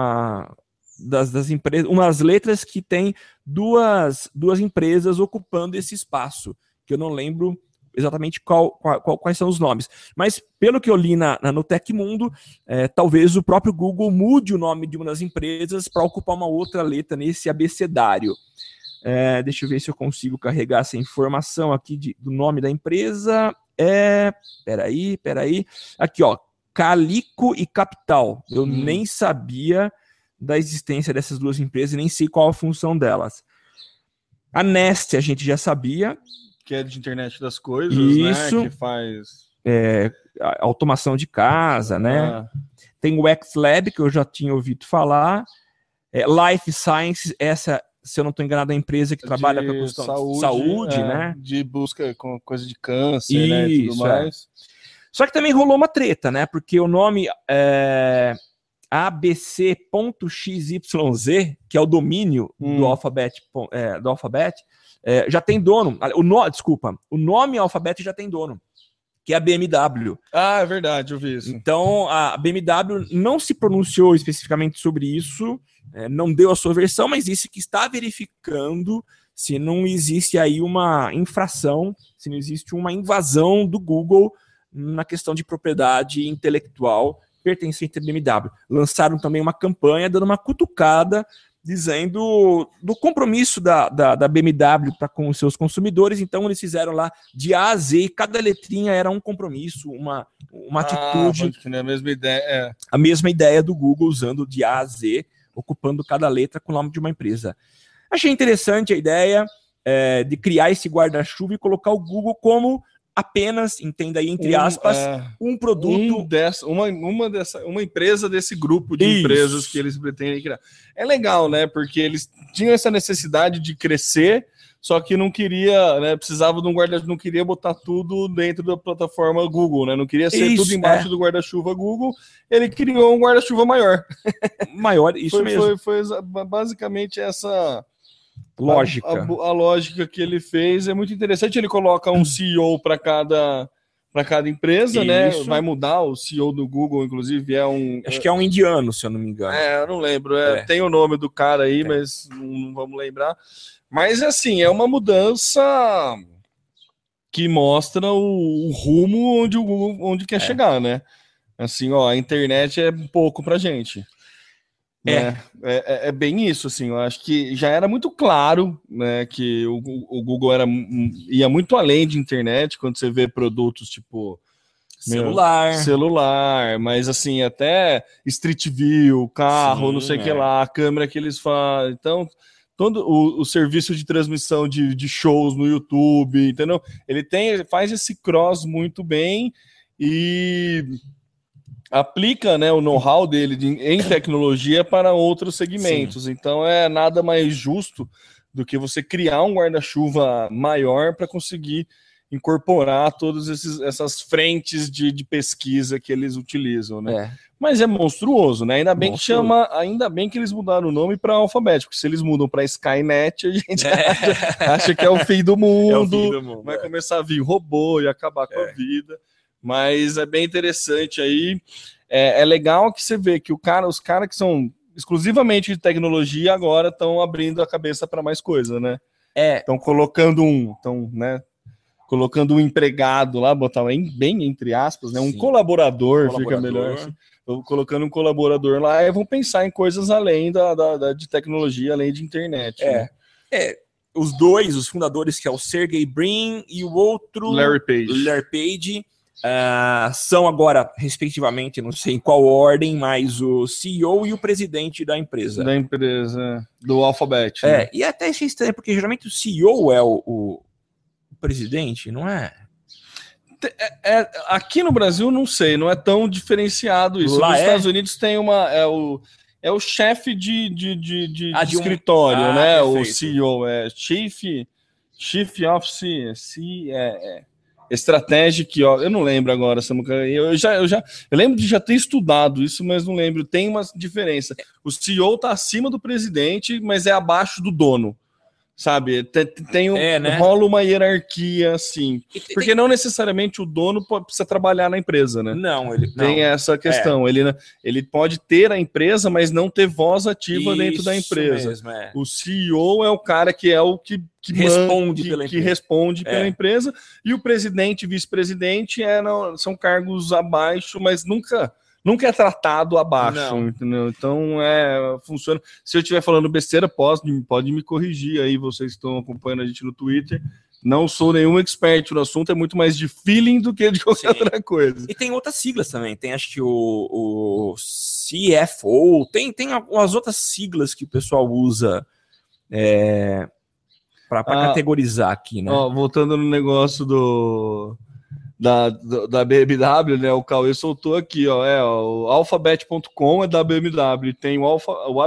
das empresas, umas letras que tem duas empresas ocupando esse espaço, que eu não lembro exatamente quais são os nomes. Mas, pelo que eu li no Tecmundo, talvez o próprio Google mude o nome de uma das empresas para ocupar uma outra letra nesse abecedário. Deixa eu ver se eu consigo carregar essa informação aqui do nome da empresa. Peraí. Aqui, ó, Calico e Capital. Eu nem sabia da existência dessas duas empresas e nem sei qual a função delas. A Nest a gente já sabia. Que é de internet das coisas, isso, né? Que faz... automação de casa, né? Tem o XLab, que eu já tinha ouvido falar. Life Sciences, essa, se eu não estou enganado, é a empresa que trabalha com a questão de saúde, né? De busca com coisa de câncer, né? E tudo mais. Só que também rolou uma treta, né? Porque o nome abc.xyz, que é o domínio do Alphabet, já tem dono. O nome Alphabet já tem dono, que é a BMW. Ah, é verdade, eu vi isso. Então, a BMW não se pronunciou especificamente sobre isso, não deu a sua versão, mas disse que está verificando se não existe aí uma infração, se não existe uma invasão do Google na questão de propriedade intelectual pertencente à BMW. Lançaram também uma campanha dando uma cutucada, dizendo do compromisso da BMW com os seus consumidores. Então eles fizeram lá de A a Z, cada letrinha era um compromisso, uma atitude. A mesma ideia. A mesma ideia do Google, usando de A a Z, ocupando cada letra com o nome de uma empresa. Achei interessante a ideia de criar esse guarda-chuva e colocar o Google como apenas, entenda aí, entre aspas, um produto. Uma empresa desse grupo de empresas que eles pretendem criar. É legal, né? Porque eles tinham essa necessidade de crescer, só que não queria, né? Precisava de um guarda-chuva, não queria botar tudo dentro da plataforma Google, né? Não queria ser tudo embaixo do guarda-chuva Google. Ele criou um guarda-chuva maior. Maior, isso mesmo. Foi basicamente essa lógica. A lógica que ele fez é muito interessante. Ele coloca um CEO para cada empresa, né? Vai mudar o CEO do Google, inclusive acho que é um indiano, se eu não me engano. Eu não lembro. Tem o nome do cara aí, mas não vamos lembrar. Mas assim, é uma mudança que mostra o rumo onde o Google quer chegar, né? Assim, ó, a internet é pouco pra gente. Né? É bem isso, assim, eu acho que já era muito claro, né, que o Google ia muito além de internet, quando você vê produtos tipo celular, mas assim, até Street View, carro, sim, não sei o que lá, a câmera que eles fazem, então todo o serviço de transmissão de shows no YouTube, entendeu? Ele faz esse cross muito bem e aplica, né, o know-how dele em tecnologia para outros segmentos. Sim. Então é nada mais justo do que você criar um guarda-chuva maior para conseguir incorporar todas essas frentes de pesquisa que eles utilizam, né? Mas é monstruoso, né? Ainda bem que eles mudaram o nome para Alphabet, porque se eles mudam para Skynet, a gente acha que é o fim do mundo, vai começar a vir robô e acabar com a vida. Mas é bem interessante aí. É legal que você vê que os caras que são exclusivamente de tecnologia agora estão abrindo a cabeça para mais coisa, né? Estão colocando colocando um empregado lá, botar bem entre aspas, né? Um colaborador, fica melhor assim. Colocando um colaborador lá e vão pensar em coisas além de tecnologia, além de internet. Né? Os fundadores, que é o Sergey Brin e o outro Larry Page. São agora, respectivamente, não sei em qual ordem, mas o CEO e o presidente da empresa. Do Alphabet. Né? E até achei estranho, porque geralmente o CEO é o presidente, não é? Aqui no Brasil, não sei, não é tão diferenciado isso. Nos Estados Unidos tem é o chefe de escritório, né? Perfeito. O CEO é Chief Office, Strategic, eu não lembro agora, eu lembro de já ter estudado isso, mas não lembro, tem uma diferença. O CEO está acima do presidente, mas é abaixo do dono, sabe? Rola uma hierarquia, assim, porque não necessariamente o dono precisa trabalhar na empresa, né? Tem essa questão, ele pode ter a empresa, mas não ter voz ativa dentro da empresa. Mesmo, O CEO é o cara que é o que responde pela empresa, e o presidente e vice-presidente são cargos abaixo, mas nunca é tratado abaixo, entendeu? Então funciona. Se eu estiver falando besteira, pode me corrigir aí, vocês estão acompanhando a gente no Twitter. Não sou nenhum expert no assunto, é muito mais de feeling do que de qualquer outra coisa. E tem outras siglas também, tem acho que o CFO, tem as outras siglas que o pessoal usa para categorizar aqui, né? Voltando no negócio da BMW, né? O Cauê soltou aqui, o alphabet.com é da BMW, tem o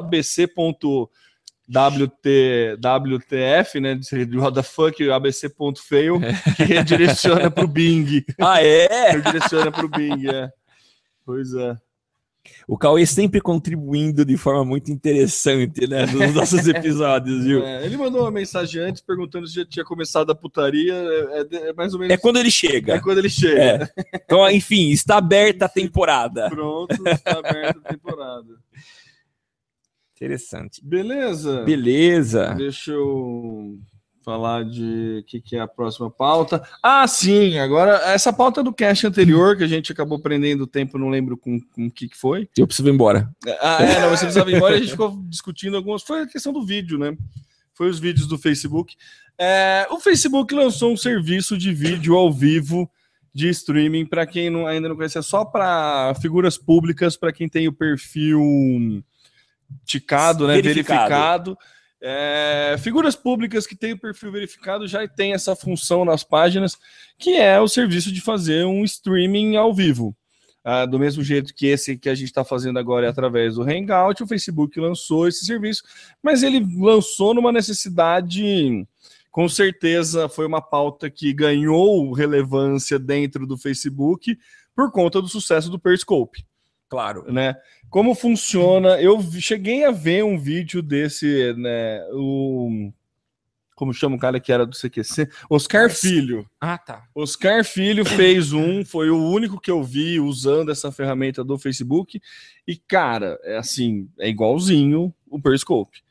abc.wtf, né? De what the fuck, o abc.fail, que redireciona para o Bing. Redireciona para o Bing, Pois é. O Cauê sempre contribuindo de forma muito interessante, né, nos nossos episódios, viu? Ele mandou uma mensagem antes perguntando se já tinha começado a putaria. Mais ou menos. É quando ele chega. Então, enfim, está aberta a temporada. Pronto, está aberta a temporada. Interessante. Beleza. Deixa eu falar de que é a próxima pauta. Sim, agora essa pauta do cast anterior, que a gente acabou prendendo o tempo, não lembro com o que foi. Eu preciso ir embora. Você precisava ir embora, a gente ficou discutindo algumas, foi a questão do vídeo, né? Foi os vídeos do Facebook. O Facebook lançou um serviço de vídeo ao vivo de streaming, para quem ainda não conhece, é só para figuras públicas, para quem tem o perfil ticado, né? Verificado. Figuras públicas que têm o perfil verificado já tem essa função nas páginas, que é o serviço de fazer um streaming ao vivo. Do mesmo jeito que esse que a gente está fazendo agora é através do Hangout, o Facebook lançou esse serviço, mas ele lançou numa necessidade, com certeza foi uma pauta que ganhou relevância dentro do Facebook por conta do sucesso do Periscope. Claro. Né? Como funciona? Eu cheguei a ver um vídeo desse, né? Como chama o cara que era do CQC? Oscar Filho. Tá. Oscar Filho fez foi o único que eu vi usando essa ferramenta do Facebook. E, cara, é igualzinho o Periscope.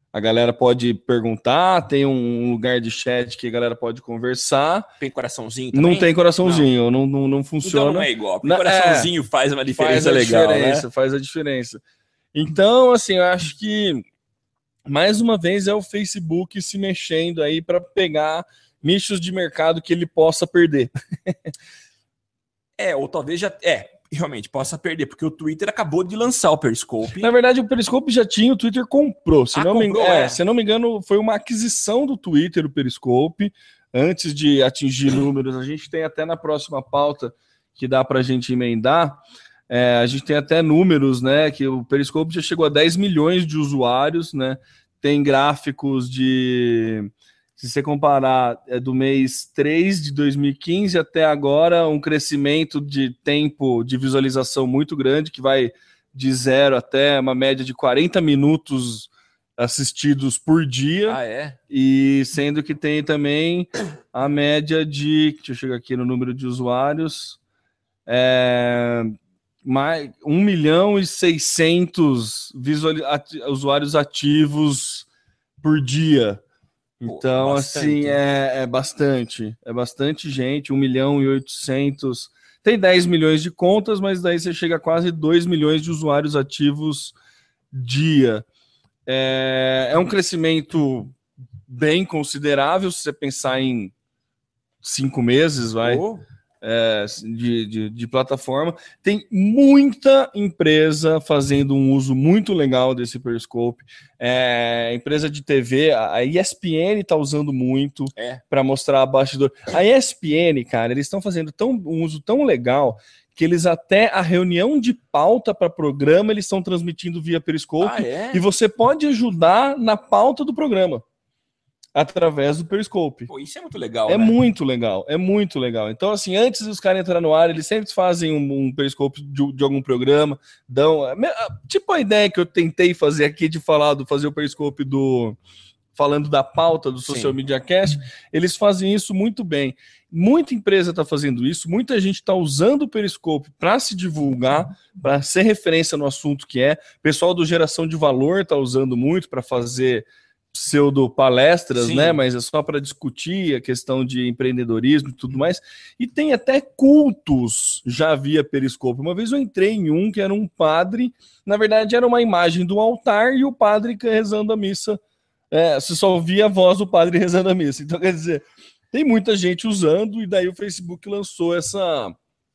A galera pode perguntar, tem um lugar de chat que a galera pode conversar. Tem coraçãozinho também? Não tem coraçãozinho, não funciona. Então não é igual. O coraçãozinho faz uma diferença legal, né? Faz a diferença. Então, assim, eu acho que mais uma vez é o Facebook se mexendo aí para pegar nichos de mercado que ele possa perder. Ou talvez já... realmente, possa perder, porque o Twitter acabou de lançar o Periscope. Na verdade, o Periscope já tinha, o Twitter comprou. Se não me engano, foi uma aquisição do Twitter, o Periscope, antes de atingir números. A gente tem até na próxima pauta que dá para a gente emendar, a gente tem até números, né, que o Periscope já chegou a 10 milhões de usuários, né, tem gráficos de... Se você comparar do mês 3 de 2015 até agora, um crescimento de tempo de visualização muito grande, que vai de 0 até uma média de 40 minutos assistidos por dia. E sendo que tem também a média de... Deixa eu chegar aqui no número de usuários. 1.600.000 usuários ativos por dia. Então, assim, é bastante gente, 1.800.000. Tem 10 milhões de contas, mas daí você chega a quase 2 milhões de usuários ativos dia. É um crescimento bem considerável, se você pensar em 5 meses, de plataforma. Tem muita empresa fazendo um uso muito legal desse Periscope. Empresa de TV, a ESPN está usando muito para mostrar bastidor. A ESPN, cara, eles estão fazendo um uso tão legal que eles até a reunião de pauta para programa eles estão transmitindo via Periscope e você pode ajudar na pauta do programa através do Periscope. Pô, isso é muito legal, né? Muito legal. Então, assim, antes dos caras entrarem no ar, eles sempre fazem um Periscope de algum programa, tipo a ideia que eu tentei fazer aqui de fazer o Periscope falando da pauta do Social Media Cast, eles fazem isso muito bem. Muita empresa está fazendo isso, muita gente está usando o Periscope para se divulgar, para ser referência no assunto que é. O pessoal do Geração de Valor está usando muito para fazer pseudo-palestras, né? Mas é só para discutir a questão de empreendedorismo e tudo mais. E tem até cultos já via Periscope. Uma vez eu entrei em um que era um padre, na verdade era uma imagem do altar e o padre rezando a missa. Você só ouvia a voz do padre rezando a missa. Então, quer dizer, tem muita gente usando e daí o Facebook lançou essa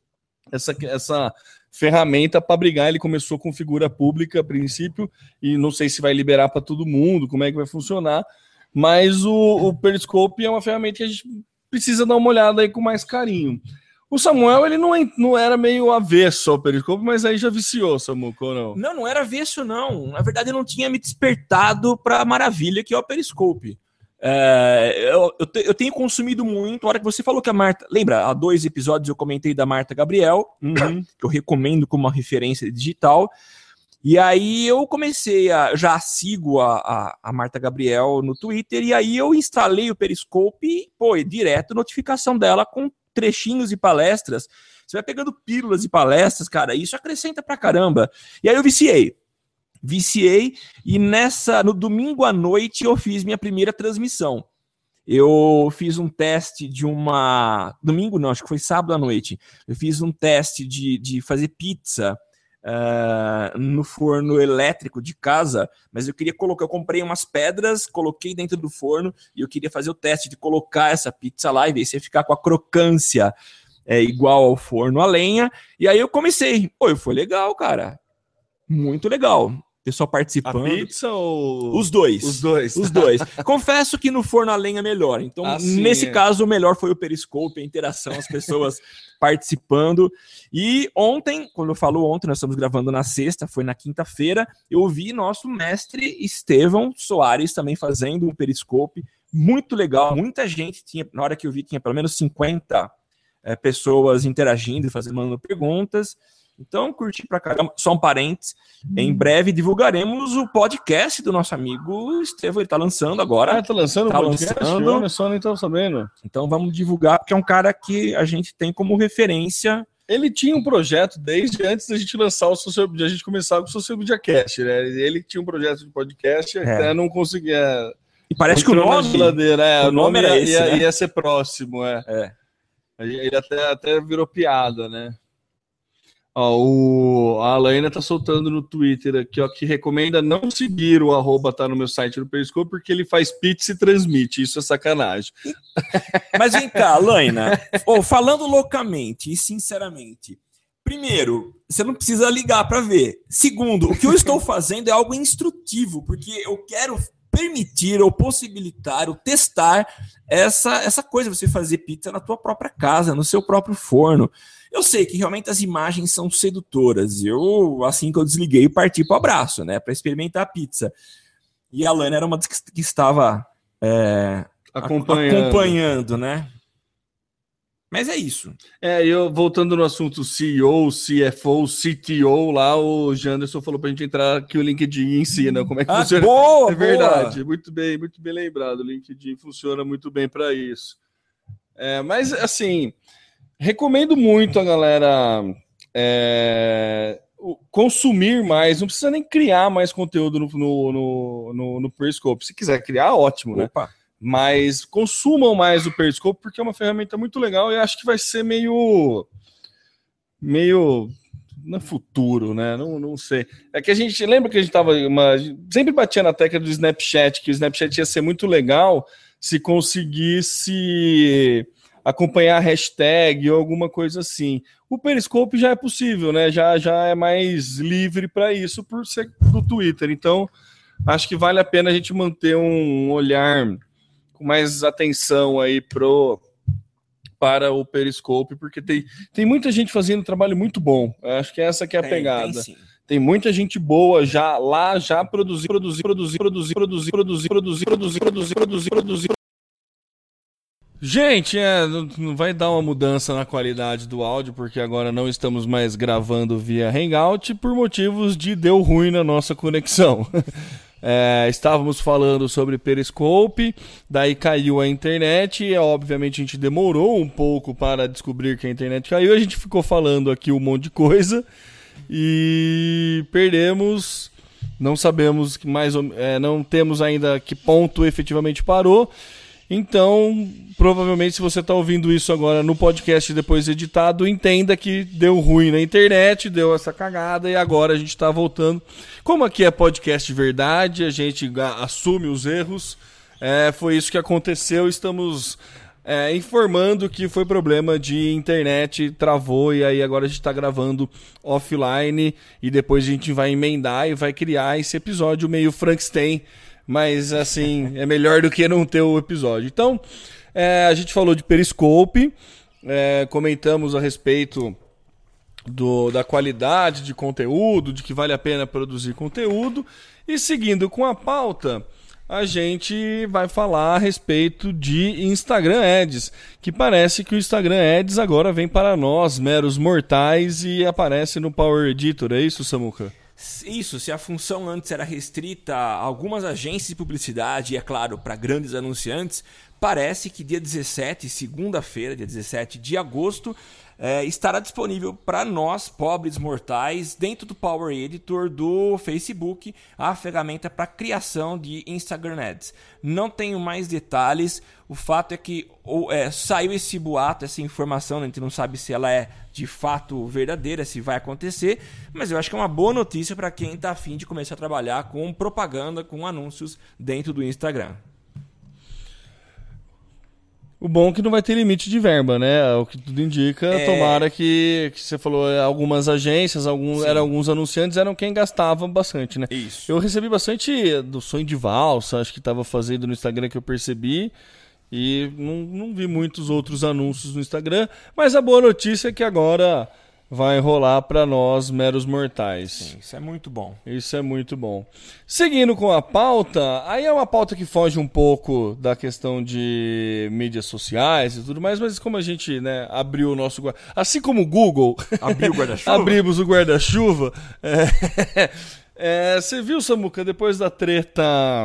ferramenta para brigar. Ele começou com figura pública a princípio e não sei se vai liberar para todo mundo, como é que vai funcionar, mas o Periscope é uma ferramenta que a gente precisa dar uma olhada aí com mais carinho. O Samuel, ele não era meio avesso ao Periscope, mas aí já viciou, Samuco, não? Não era avesso, não. Na verdade, eu não tinha me despertado para a maravilha que é o Periscope. Eu tenho consumido muito. A hora que você falou que a Marta... Lembra, há 2 episódios eu comentei da Marta Gabriel, que eu recomendo como uma referência digital. E aí eu comecei já sigo a Marta Gabriel no Twitter, e aí eu instalei o Periscope e, direto notificação dela com trechinhos e palestras. Você vai pegando pílulas e palestras, cara, isso acrescenta pra caramba. E aí eu viciei e no domingo à noite eu fiz minha primeira transmissão. Eu fiz um teste domingo não, acho que foi sábado à noite. Eu fiz um teste de fazer pizza no forno elétrico de casa, mas eu comprei umas pedras, coloquei dentro do forno e eu queria fazer o teste de colocar essa pizza lá e ver se ia ficar com a crocância igual ao forno a lenha. E aí eu comecei. Foi legal, cara. Muito legal. Pessoal participando. A pizza ou... Os dois. Confesso que no forno a lenha é melhor. Então, nesse caso, o melhor foi o Periscope, a interação, as pessoas participando. E ontem, quando eu falo ontem, nós estamos gravando na sexta, foi na quinta-feira, eu vi nosso mestre Estevão Soares também fazendo um Periscope. Muito legal, muita gente na hora que eu vi, tinha pelo menos 50 pessoas interagindo e mandando perguntas. Então, curti pra caramba. Só um parênteses. Em breve divulgaremos o podcast do nosso amigo Estevão. Ele tá lançando agora. Tá lançando o podcast? Olha só, nem tava sabendo. Então, vamos divulgar, porque é um cara que a gente tem como referência Ele tinha um projeto desde antes da gente lançar de a gente começar com o Social Media Cast, né? Ele tinha um projeto de podcast, até não conseguia. E parece que o nome era esse, ia ser próximo, Ele até virou piada, né? Ó, a Alaina tá soltando no Twitter aqui, ó, que recomenda não seguir o @ tá no meu site do Periscope, porque ele faz pizza e transmite. Isso é sacanagem. Mas vem cá, Alaina, falando loucamente e sinceramente, primeiro, você não precisa ligar para ver. Segundo, o que eu estou fazendo é algo instrutivo, porque eu quero permitir ou possibilitar ou testar essa coisa, você fazer pizza na tua própria casa, no seu próprio forno. Eu sei que realmente as imagens são sedutoras. Eu, assim que eu desliguei, parti para o abraço, né? Para experimentar a pizza. E a Lana era uma das que estava acompanhando, né? Mas é isso. Eu voltando no assunto CEO, CFO, CTO, lá o Janderson falou pra gente entrar aqui o LinkedIn ensina como é que funciona. Boa, é verdade, muito bem lembrado. O LinkedIn funciona muito bem para isso. Mas, assim, recomendo muito a galera consumir mais, não precisa nem criar mais conteúdo no Periscope. Se quiser criar, ótimo, né? Mas consumam mais o Periscope, porque é uma ferramenta muito legal e acho que vai ser meio no futuro, né? Não sei. É que a gente lembra que a gente sempre batia na tecla do Snapchat, que o Snapchat ia ser muito legal se conseguisse acompanhar a hashtag ou alguma coisa assim. O Periscope já é possível, né? Já é mais livre para isso por ser do Twitter. Então, acho que vale a pena a gente manter um olhar com mais atenção aí para o Periscope, porque tem muita gente fazendo um trabalho muito bom. Acho que essa que é a pegada. Tem muita gente boa já produzir. Gente, não vai dar uma mudança na qualidade do áudio, porque agora não estamos mais gravando via Hangout por motivos de deu ruim na nossa conexão. Estávamos falando sobre Periscope, daí caiu a internet e obviamente a gente demorou um pouco para descobrir que a internet caiu, a gente ficou falando aqui um monte de coisa e perdemos, não sabemos não temos ainda que ponto efetivamente parou. Então, provavelmente, se você está ouvindo isso agora no podcast depois editado, entenda que deu ruim na internet, deu essa cagada e agora a gente está voltando. Como aqui é podcast de verdade, a gente assume os erros. Foi isso que aconteceu. Estamos informando que foi problema de internet, travou e aí agora a gente está gravando offline e depois a gente vai emendar e vai criar esse episódio meio Frankenstein. Mas, assim, é melhor do que não ter o episódio. Então, a gente falou de Periscope, comentamos a respeito da qualidade de conteúdo, de que vale a pena produzir conteúdo. E seguindo com a pauta, a gente vai falar a respeito de Instagram Ads, que parece que o Instagram Ads agora vem para nós, meros mortais, e aparece no Power Editor. É isso, Samuca? Isso, se a função antes era restrita a algumas agências de publicidade e, é claro, para grandes anunciantes, parece que dia 17, segunda-feira, dia 17 de agosto, estará disponível para nós, pobres mortais, dentro do Power Editor do Facebook, a ferramenta para criação de Instagram Ads. Não tenho mais detalhes, o fato é que saiu esse boato, essa informação, a gente não sabe se ela é de fato verdadeira, se vai acontecer, mas eu acho que é uma boa notícia para quem está a fim de começar a trabalhar com propaganda, com anúncios dentro do Instagram. O bom é que não vai ter limite de verba, né? O que tudo indica, tomara que você falou, algumas agências, alguns anunciantes eram quem gastava bastante, né? Isso. Eu recebi bastante do Sonho de Valsa, acho que estava fazendo no Instagram que eu percebi, e não vi muitos outros anúncios no Instagram, mas a boa notícia é que agora vai rolar para nós, meros mortais. Sim, isso é muito bom. Isso é muito bom. Seguindo com a pauta, aí é uma pauta que foge um pouco da questão de mídias sociais e tudo mais, mas como a gente, né, abriu o nosso... Assim como o Google... Abriu o guarda-chuva? Abrimos o guarda-chuva. Você viu, Samuca, depois da treta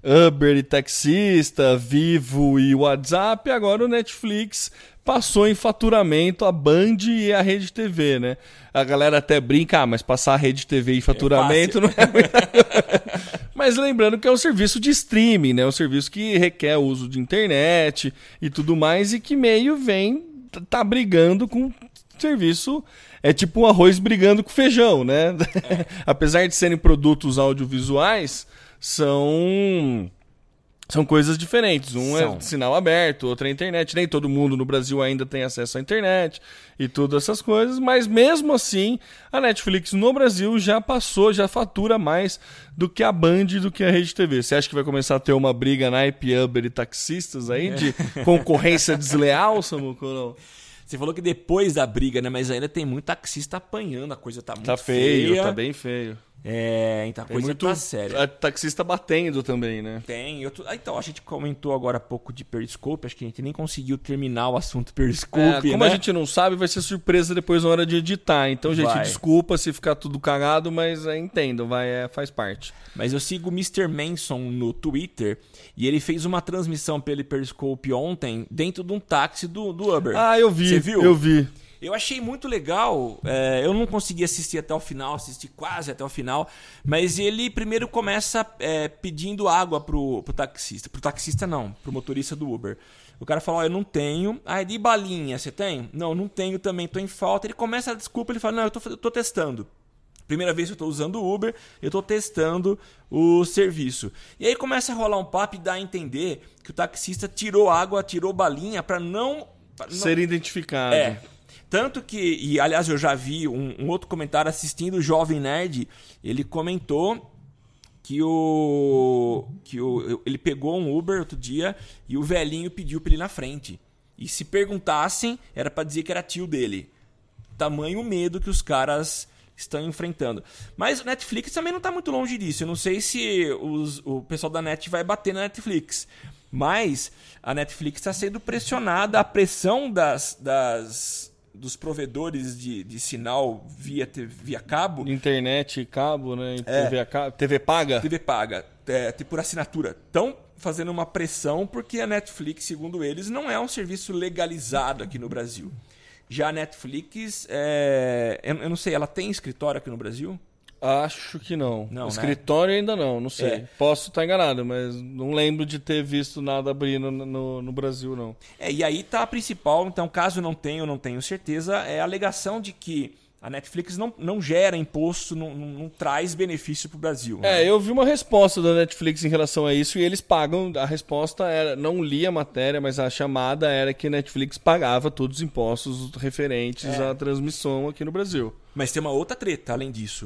Uber e taxista, Vivo e WhatsApp, agora o Netflix passou em faturamento a Band e a Rede TV, né? A galera até brinca, mas passar a Rede TV em faturamento não é muita coisa. Mas lembrando que é um serviço de streaming, né? Um serviço que requer o uso de internet e tudo mais, e que meio tá brigando com serviço. É tipo um arroz brigando com feijão, né? Apesar de serem produtos audiovisuais, são coisas diferentes. É sinal aberto, outro é internet. Nem todo mundo no Brasil ainda tem acesso à internet e todas essas coisas, mas mesmo assim, a Netflix no Brasil já fatura mais do que a Band e do que a Rede TV. Você acha que vai começar a ter uma briga naipe Uber e taxistas aí, de concorrência desleal, Samuco, ou não? Você falou que depois da briga, né? Mas ainda tem muito taxista apanhando, a coisa tá muito feio. feia. Tá bem feio. Então a coisa tá séria. A taxista batendo também, né? Tem. Então, a gente comentou agora há pouco de Periscope, acho que a gente nem conseguiu terminar o assunto Periscope, como né? a gente não sabe, vai ser surpresa depois na hora de editar. Então, gente, desculpa se ficar tudo cagado, mas entendo, faz parte. Mas eu sigo o Mr. Manson no Twitter e ele fez uma transmissão pelo Periscope ontem dentro de um táxi do Uber. Ah, eu vi. Você viu? Eu vi. Eu achei muito legal, eu não consegui assistir até o final, assisti quase até o final, mas ele primeiro começa pedindo água pro taxista. Pro taxista não, pro motorista do Uber. O cara fala, eu não tenho. Aí, de balinha, você tem? Não tenho também, tô em falta. Ele começa a desculpa, ele fala, não, eu tô testando. Primeira vez que eu tô usando o Uber, eu tô testando o serviço. E aí começa a rolar um papo e dá a entender que o taxista tirou água, tirou balinha pra não ser identificado. Tanto que, e aliás eu já vi um outro comentário assistindo o Jovem Nerd, ele comentou que ele pegou um Uber outro dia e o velhinho pediu pra ele ir na frente. E se perguntassem, era pra dizer que era tio dele. Tamanho medo que os caras estão enfrentando. Mas o Netflix também não tá muito longe disso. Eu não sei se o pessoal da Net vai bater na Netflix. Mas a Netflix está sendo pressionada, a pressão dos provedores de sinal via cabo. Internet, cabo, né? TV paga? TV paga, por assinatura. Estão fazendo uma pressão porque a Netflix, segundo eles, não é um serviço legalizado aqui no Brasil. Já a Netflix, eu não sei, ela tem escritório aqui no Brasil? Acho que não. Escritório, né? Ainda não sei. Posso estar enganado, mas não lembro de ter visto nada abrindo no Brasil, não. E aí tá a principal, então caso não tenho certeza, é a alegação de que a Netflix não gera imposto, não traz benefício para o Brasil. Né? Eu vi uma resposta da Netflix em relação a isso e eles pagam, a resposta era, não li a matéria, mas a chamada era que a Netflix pagava todos os impostos referentes à transmissão aqui no Brasil. Mas tem uma outra treta, além disso.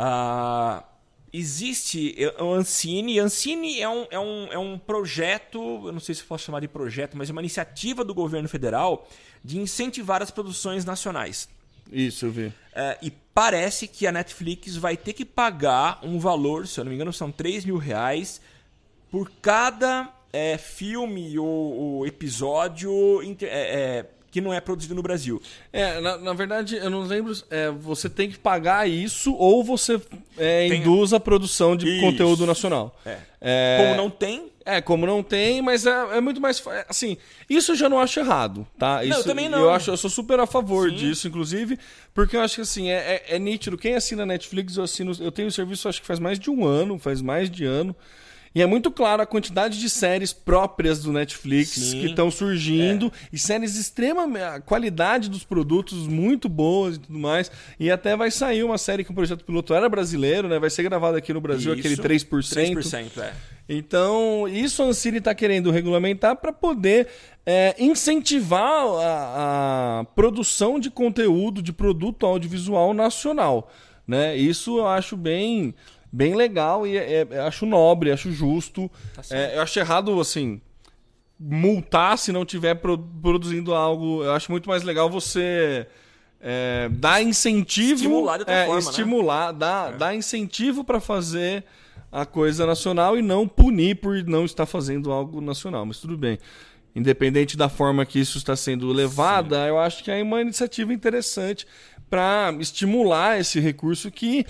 Existe o Ancine. Ancine é um projeto, eu não sei se posso chamar de projeto, mas é uma iniciativa do governo federal de incentivar as produções nacionais. Isso, eu vi. E parece que a Netflix vai ter que pagar um valor, se eu não me engano, são R$3.000 por cada filme ou episódio que não é produzido no Brasil. Na verdade, eu não lembro. Você tem que pagar isso ou você induz a produção de conteúdo nacional. Como não tem. Como não tem, mas é muito mais... Assim, isso eu já não acho errado, tá? Isso, eu também não. Eu sou super a favor disso, inclusive, porque eu acho que assim, é nítido. Quem assina Netflix, eu tenho o serviço acho que faz mais de ano. E é muito claro a quantidade de séries próprias do Netflix que estão surgindo. E séries extremamente... A qualidade dos produtos muito boas e tudo mais. E até vai sair uma série que o projeto piloto era brasileiro, né? Vai ser gravado aqui no Brasil, aquele 3%. 3%, Então, isso a Ancine está querendo regulamentar para poder incentivar a produção de conteúdo, de produto audiovisual nacional. Né? Isso eu acho bem legal e acho nobre, acho justo. Eu acho errado, assim, multar se não estiver produzindo algo. Eu acho muito mais legal você dar incentivo. Estimular de outra forma, estimular, né? dar incentivo para fazer a coisa nacional e não punir por não estar fazendo algo nacional. Mas tudo bem. Independente da forma que isso está sendo levada, eu acho que é uma iniciativa interessante para estimular esse recurso que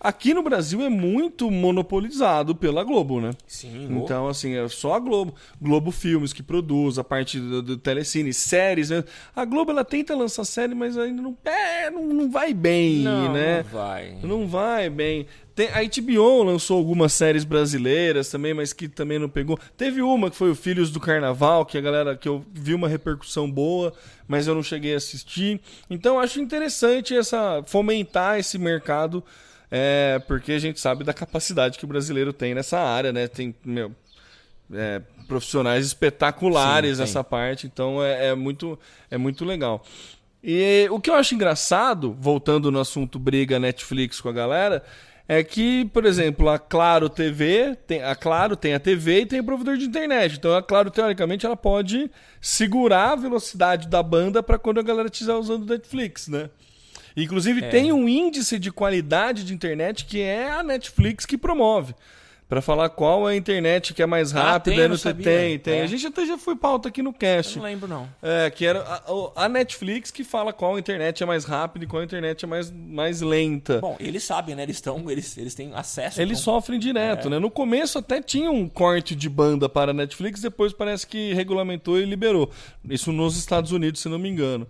Aqui no Brasil é muito monopolizado pela Globo, né? Sim. Então, assim, é só a Globo. Globo Filmes que produz, a parte do Telecine, séries, né? A Globo, ela tenta lançar série, mas ainda não vai bem, né? Não vai. Não vai bem. A HBO lançou algumas séries brasileiras também, mas que também não pegou. Teve uma que foi o Filhos do Carnaval, que que eu vi uma repercussão boa, mas eu não cheguei a assistir. Então, eu acho interessante fomentar esse mercado, porque a gente sabe da capacidade que o brasileiro tem nessa área, né? Tem, profissionais espetaculares nessa parte, então é muito legal. E o que eu acho engraçado, voltando no assunto briga Netflix com a galera, é que, por exemplo, a Claro TV, a Claro tem a TV e tem o provedor de internet. Então a Claro, teoricamente, ela pode segurar a velocidade da banda para quando a galera estiver usando o Netflix, né? Inclusive tem um índice de qualidade de internet que é a Netflix que promove. Pra falar qual é a internet que é mais rápida. Tem. A gente até já foi pauta aqui no cast. Eu não lembro, não. Que era a Netflix que fala qual internet é mais rápida e qual internet é mais lenta. Bom, eles sabem, né? Eles têm acesso. Eles sofrem direto, né? No começo até tinha um corte de banda para a Netflix, depois parece que regulamentou e liberou. Isso nos Estados Unidos, se não me engano.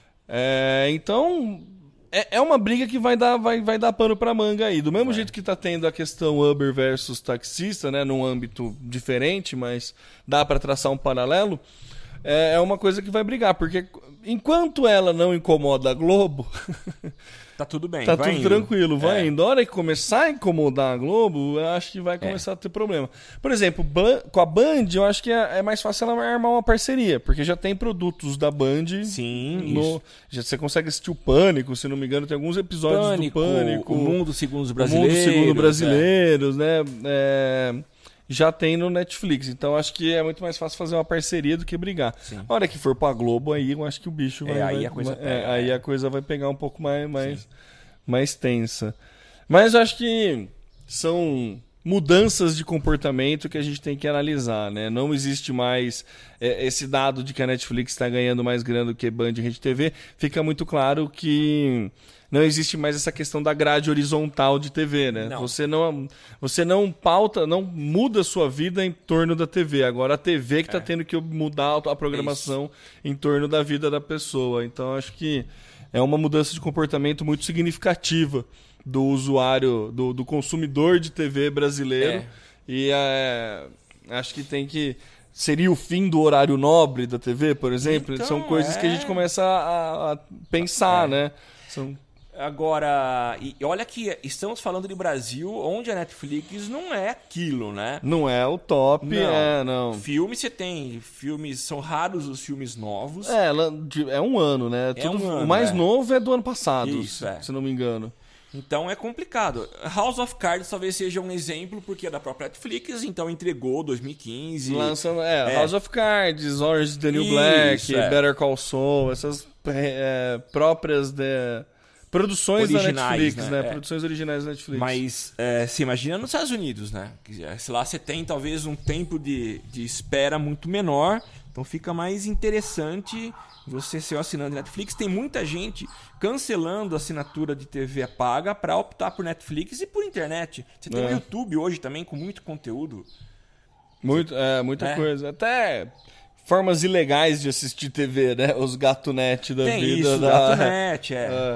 Então... É uma briga que vai dar pano pra manga aí. Do mesmo jeito que tá tendo a questão Uber versus taxista, né? Num âmbito diferente, mas dá pra traçar um paralelo. É uma coisa que vai brigar. Porque enquanto ela não incomoda a Globo... Tá tudo bem, tá tudo tranquilo, vai indo. A hora que começar a incomodar a Globo, eu acho que vai começar a ter problema. Por exemplo, com a Band, eu acho que é mais fácil ela armar uma parceria, porque já tem produtos da Band. Sim, já você consegue assistir o Pânico, se não me engano, tem alguns episódios do Pânico. O Mundo Segundo os Brasileiros. O Mundo Segundo Brasileiros, né? Já tem no Netflix. Então acho que é muito mais fácil fazer uma parceria do que brigar. Sim. A hora que for pra Globo, aí eu acho que o bicho vai... Aí a coisa vai pegar um pouco mais tensa. Mas eu acho que são mudanças de comportamento que a gente tem que analisar, né? Não existe mais esse dado de que a Netflix está ganhando mais grana do que Band e Rede TV. Fica muito claro que não existe mais essa questão da grade horizontal de TV, né? Não. Você não pauta, não muda a sua vida em torno da TV. Agora a TV que está tendo que mudar a programação em torno da vida da pessoa. Então acho que é uma mudança de comportamento muito significativa do usuário, do consumidor de TV brasileiro. E acho que seria o fim do horário nobre da TV, por exemplo. Então, são coisas que a gente começa a pensar, né? Agora, e olha que estamos falando de Brasil, onde a Netflix não é aquilo, né? Não é o top, não. Filme você tem, são raros os filmes novos. É um ano, né? O mais novo é do ano passado, Isso, se não me engano. Então é complicado. House of Cards talvez seja um exemplo, porque é da própria Netflix, então entregou 2015. House of Cards, Orange is the New Black, Better Call Saul, essas próprias produções originais, da Netflix, né? Produções originais da Netflix. Mas se imagina nos Estados Unidos, né? Se lá você tem talvez um tempo de espera muito menor, então fica mais interessante você ser um assinante de Netflix. Tem muita gente cancelando a assinatura de TV paga para optar por Netflix e por internet. Você tem o YouTube hoje também com muito conteúdo. Muita coisa. Até formas ilegais de assistir TV, né? Os GatoNet da tem vida. Isso, GatoNet,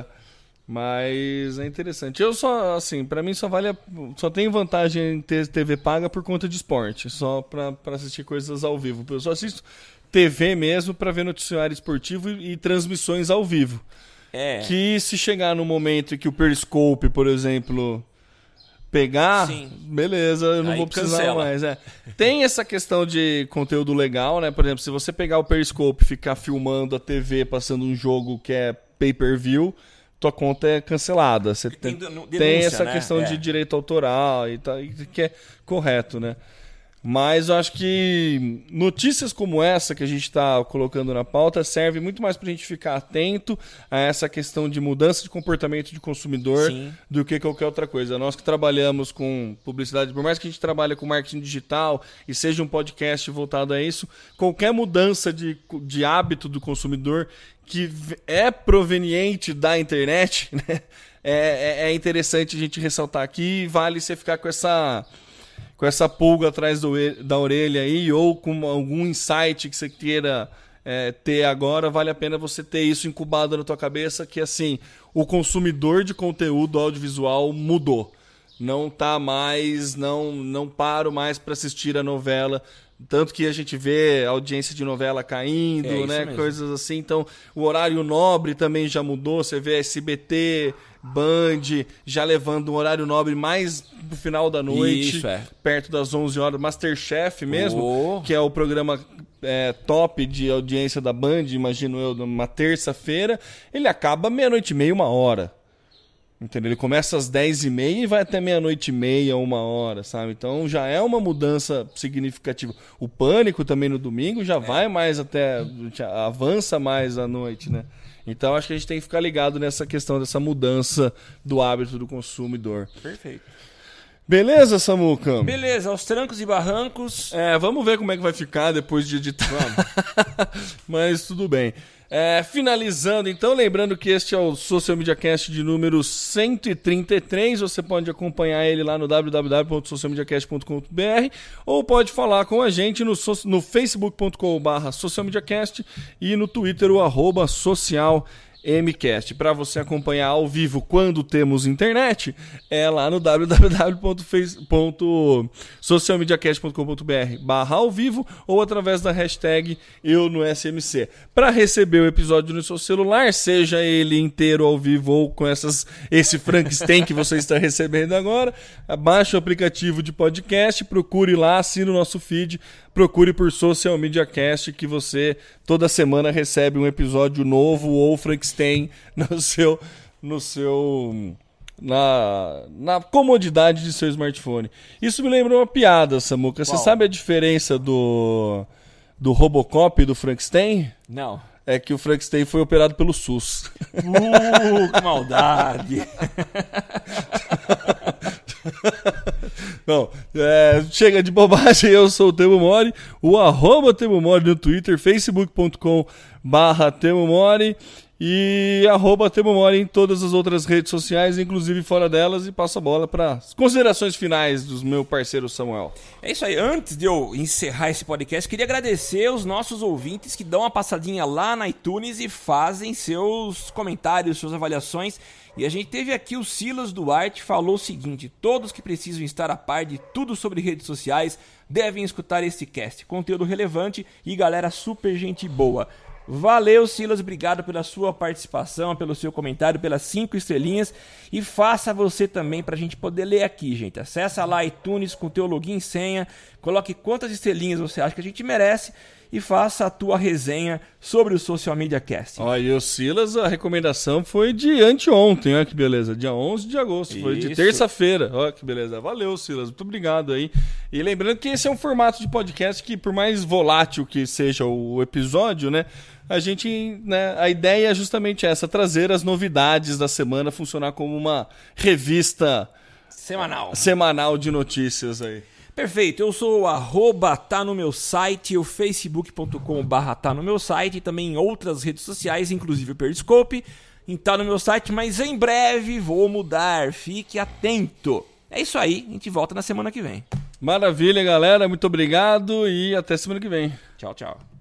Mas é interessante. Eu só, assim, pra mim só tem vantagem em ter TV paga por conta de esporte, só pra assistir coisas ao vivo. Eu só assisto TV mesmo pra ver noticiário esportivo e transmissões ao vivo. Que se chegar no momento que o Periscope, por exemplo, pegar, beleza, eu não vou precisar mais. Tem essa questão de conteúdo legal, né? Por exemplo, se você pegar o Periscope e ficar filmando a TV passando um jogo que é pay-per-view, tua conta é cancelada. Você tem essa questão de direito autoral e tal, que é correto, né? Mas eu acho que notícias como essa que a gente está colocando na pauta servem muito mais para a gente ficar atento a essa questão de mudança de comportamento de consumidor do que qualquer outra coisa. Nós que trabalhamos com publicidade, por mais que a gente trabalhe com marketing digital e seja um podcast voltado a isso, qualquer mudança de hábito do consumidor que é proveniente da internet, né? é interessante a gente ressaltar aqui, vale você ficar com essa pulga atrás da orelha aí, ou com algum insight que você queira ter agora, vale a pena você ter isso incubado na tua cabeça, que assim, o consumidor de conteúdo audiovisual mudou. Não tá mais, não paro mais para assistir a novela. Tanto que a gente vê a audiência de novela caindo, né? Coisas assim. Então, o horário nobre também já mudou. Você vê SBT, Band, já levando um horário nobre mais pro final da noite. Isso, perto das 11 horas. Masterchef mesmo, que é o programa top de audiência da Band, imagino eu, numa terça-feira. Ele acaba 00:30, 1h. Entendeu? Ele começa às 10h30 e vai até 00:30, 1h, sabe? Então já é uma mudança significativa. O Pânico também no domingo já vai mais até, já avança mais à noite, né? Então acho que a gente tem que ficar ligado nessa questão dessa mudança do hábito do consumidor. Perfeito. Beleza, Samuca? Beleza, aos trancos e barrancos. Vamos ver como é que vai ficar depois de editar. Mas tudo bem. Finalizando, então, lembrando que este é o Social Media Cast de número 133. Você pode acompanhar ele lá no www.socialmediacast.com.br ou pode falar com a gente no facebook.com/socialmediacast e no Twitter o @socialmcast. Para você acompanhar ao vivo quando temos internet, é lá no www.socialmediacast.com.br/ao vivo ou através da hashtag eu no SMC. Para receber o episódio no seu celular, seja ele inteiro ao vivo ou com esse Frankenstein que você está recebendo agora, baixe o aplicativo de podcast, procure lá, assine o nosso feed, procure por Social Media Cast, que você toda semana recebe um episódio novo ou Frankenstein na comodidade de seu smartphone. Isso me lembra uma piada, Samuca. Você sabe a diferença do Robocop e do Frankenstein? Não. É que o Frankenstein foi operado pelo SUS. Que maldade! Bom, chega de bobagem, eu sou o Temo Mori, o @Temo Mori no Twitter, facebook.com/Temo Mori e @Temo Mori em todas as outras redes sociais, inclusive fora delas, e passo a bola para as considerações finais do meu parceiro Samuel. É isso aí, antes de eu encerrar esse podcast, queria agradecer os nossos ouvintes que dão uma passadinha lá na iTunes e fazem seus comentários, suas avaliações. E a gente teve aqui o Silas Duarte, falou o seguinte: todos que precisam estar a par de tudo sobre redes sociais devem escutar esse cast. Conteúdo relevante e galera super gente boa. Valeu, Silas, obrigado pela sua participação, pelo seu comentário, pelas 5 estrelinhas. E faça você também pra gente poder ler aqui, gente. Acessa lá iTunes com teu login e senha, coloque quantas estrelinhas você acha que a gente merece e faça a tua resenha sobre o Social Media Cast. Olha, e o Silas, a recomendação foi de anteontem, olha que beleza, dia 11 de agosto, foi de terça-feira, olha que beleza. Valeu, Silas, muito obrigado aí. E lembrando que esse é um formato de podcast que, por mais volátil que seja o episódio, né, a gente, né, a ideia é justamente essa, trazer as novidades da semana, funcionar como uma revista semanal de notícias aí. Perfeito, eu sou o @tá no meu site, o facebook.com/tá no meu site e também em outras redes sociais, inclusive o Periscope, tá no meu site, mas em breve vou mudar, fique atento. É isso aí, a gente volta na semana que vem. Maravilha, galera, muito obrigado e até semana que vem. Tchau, tchau.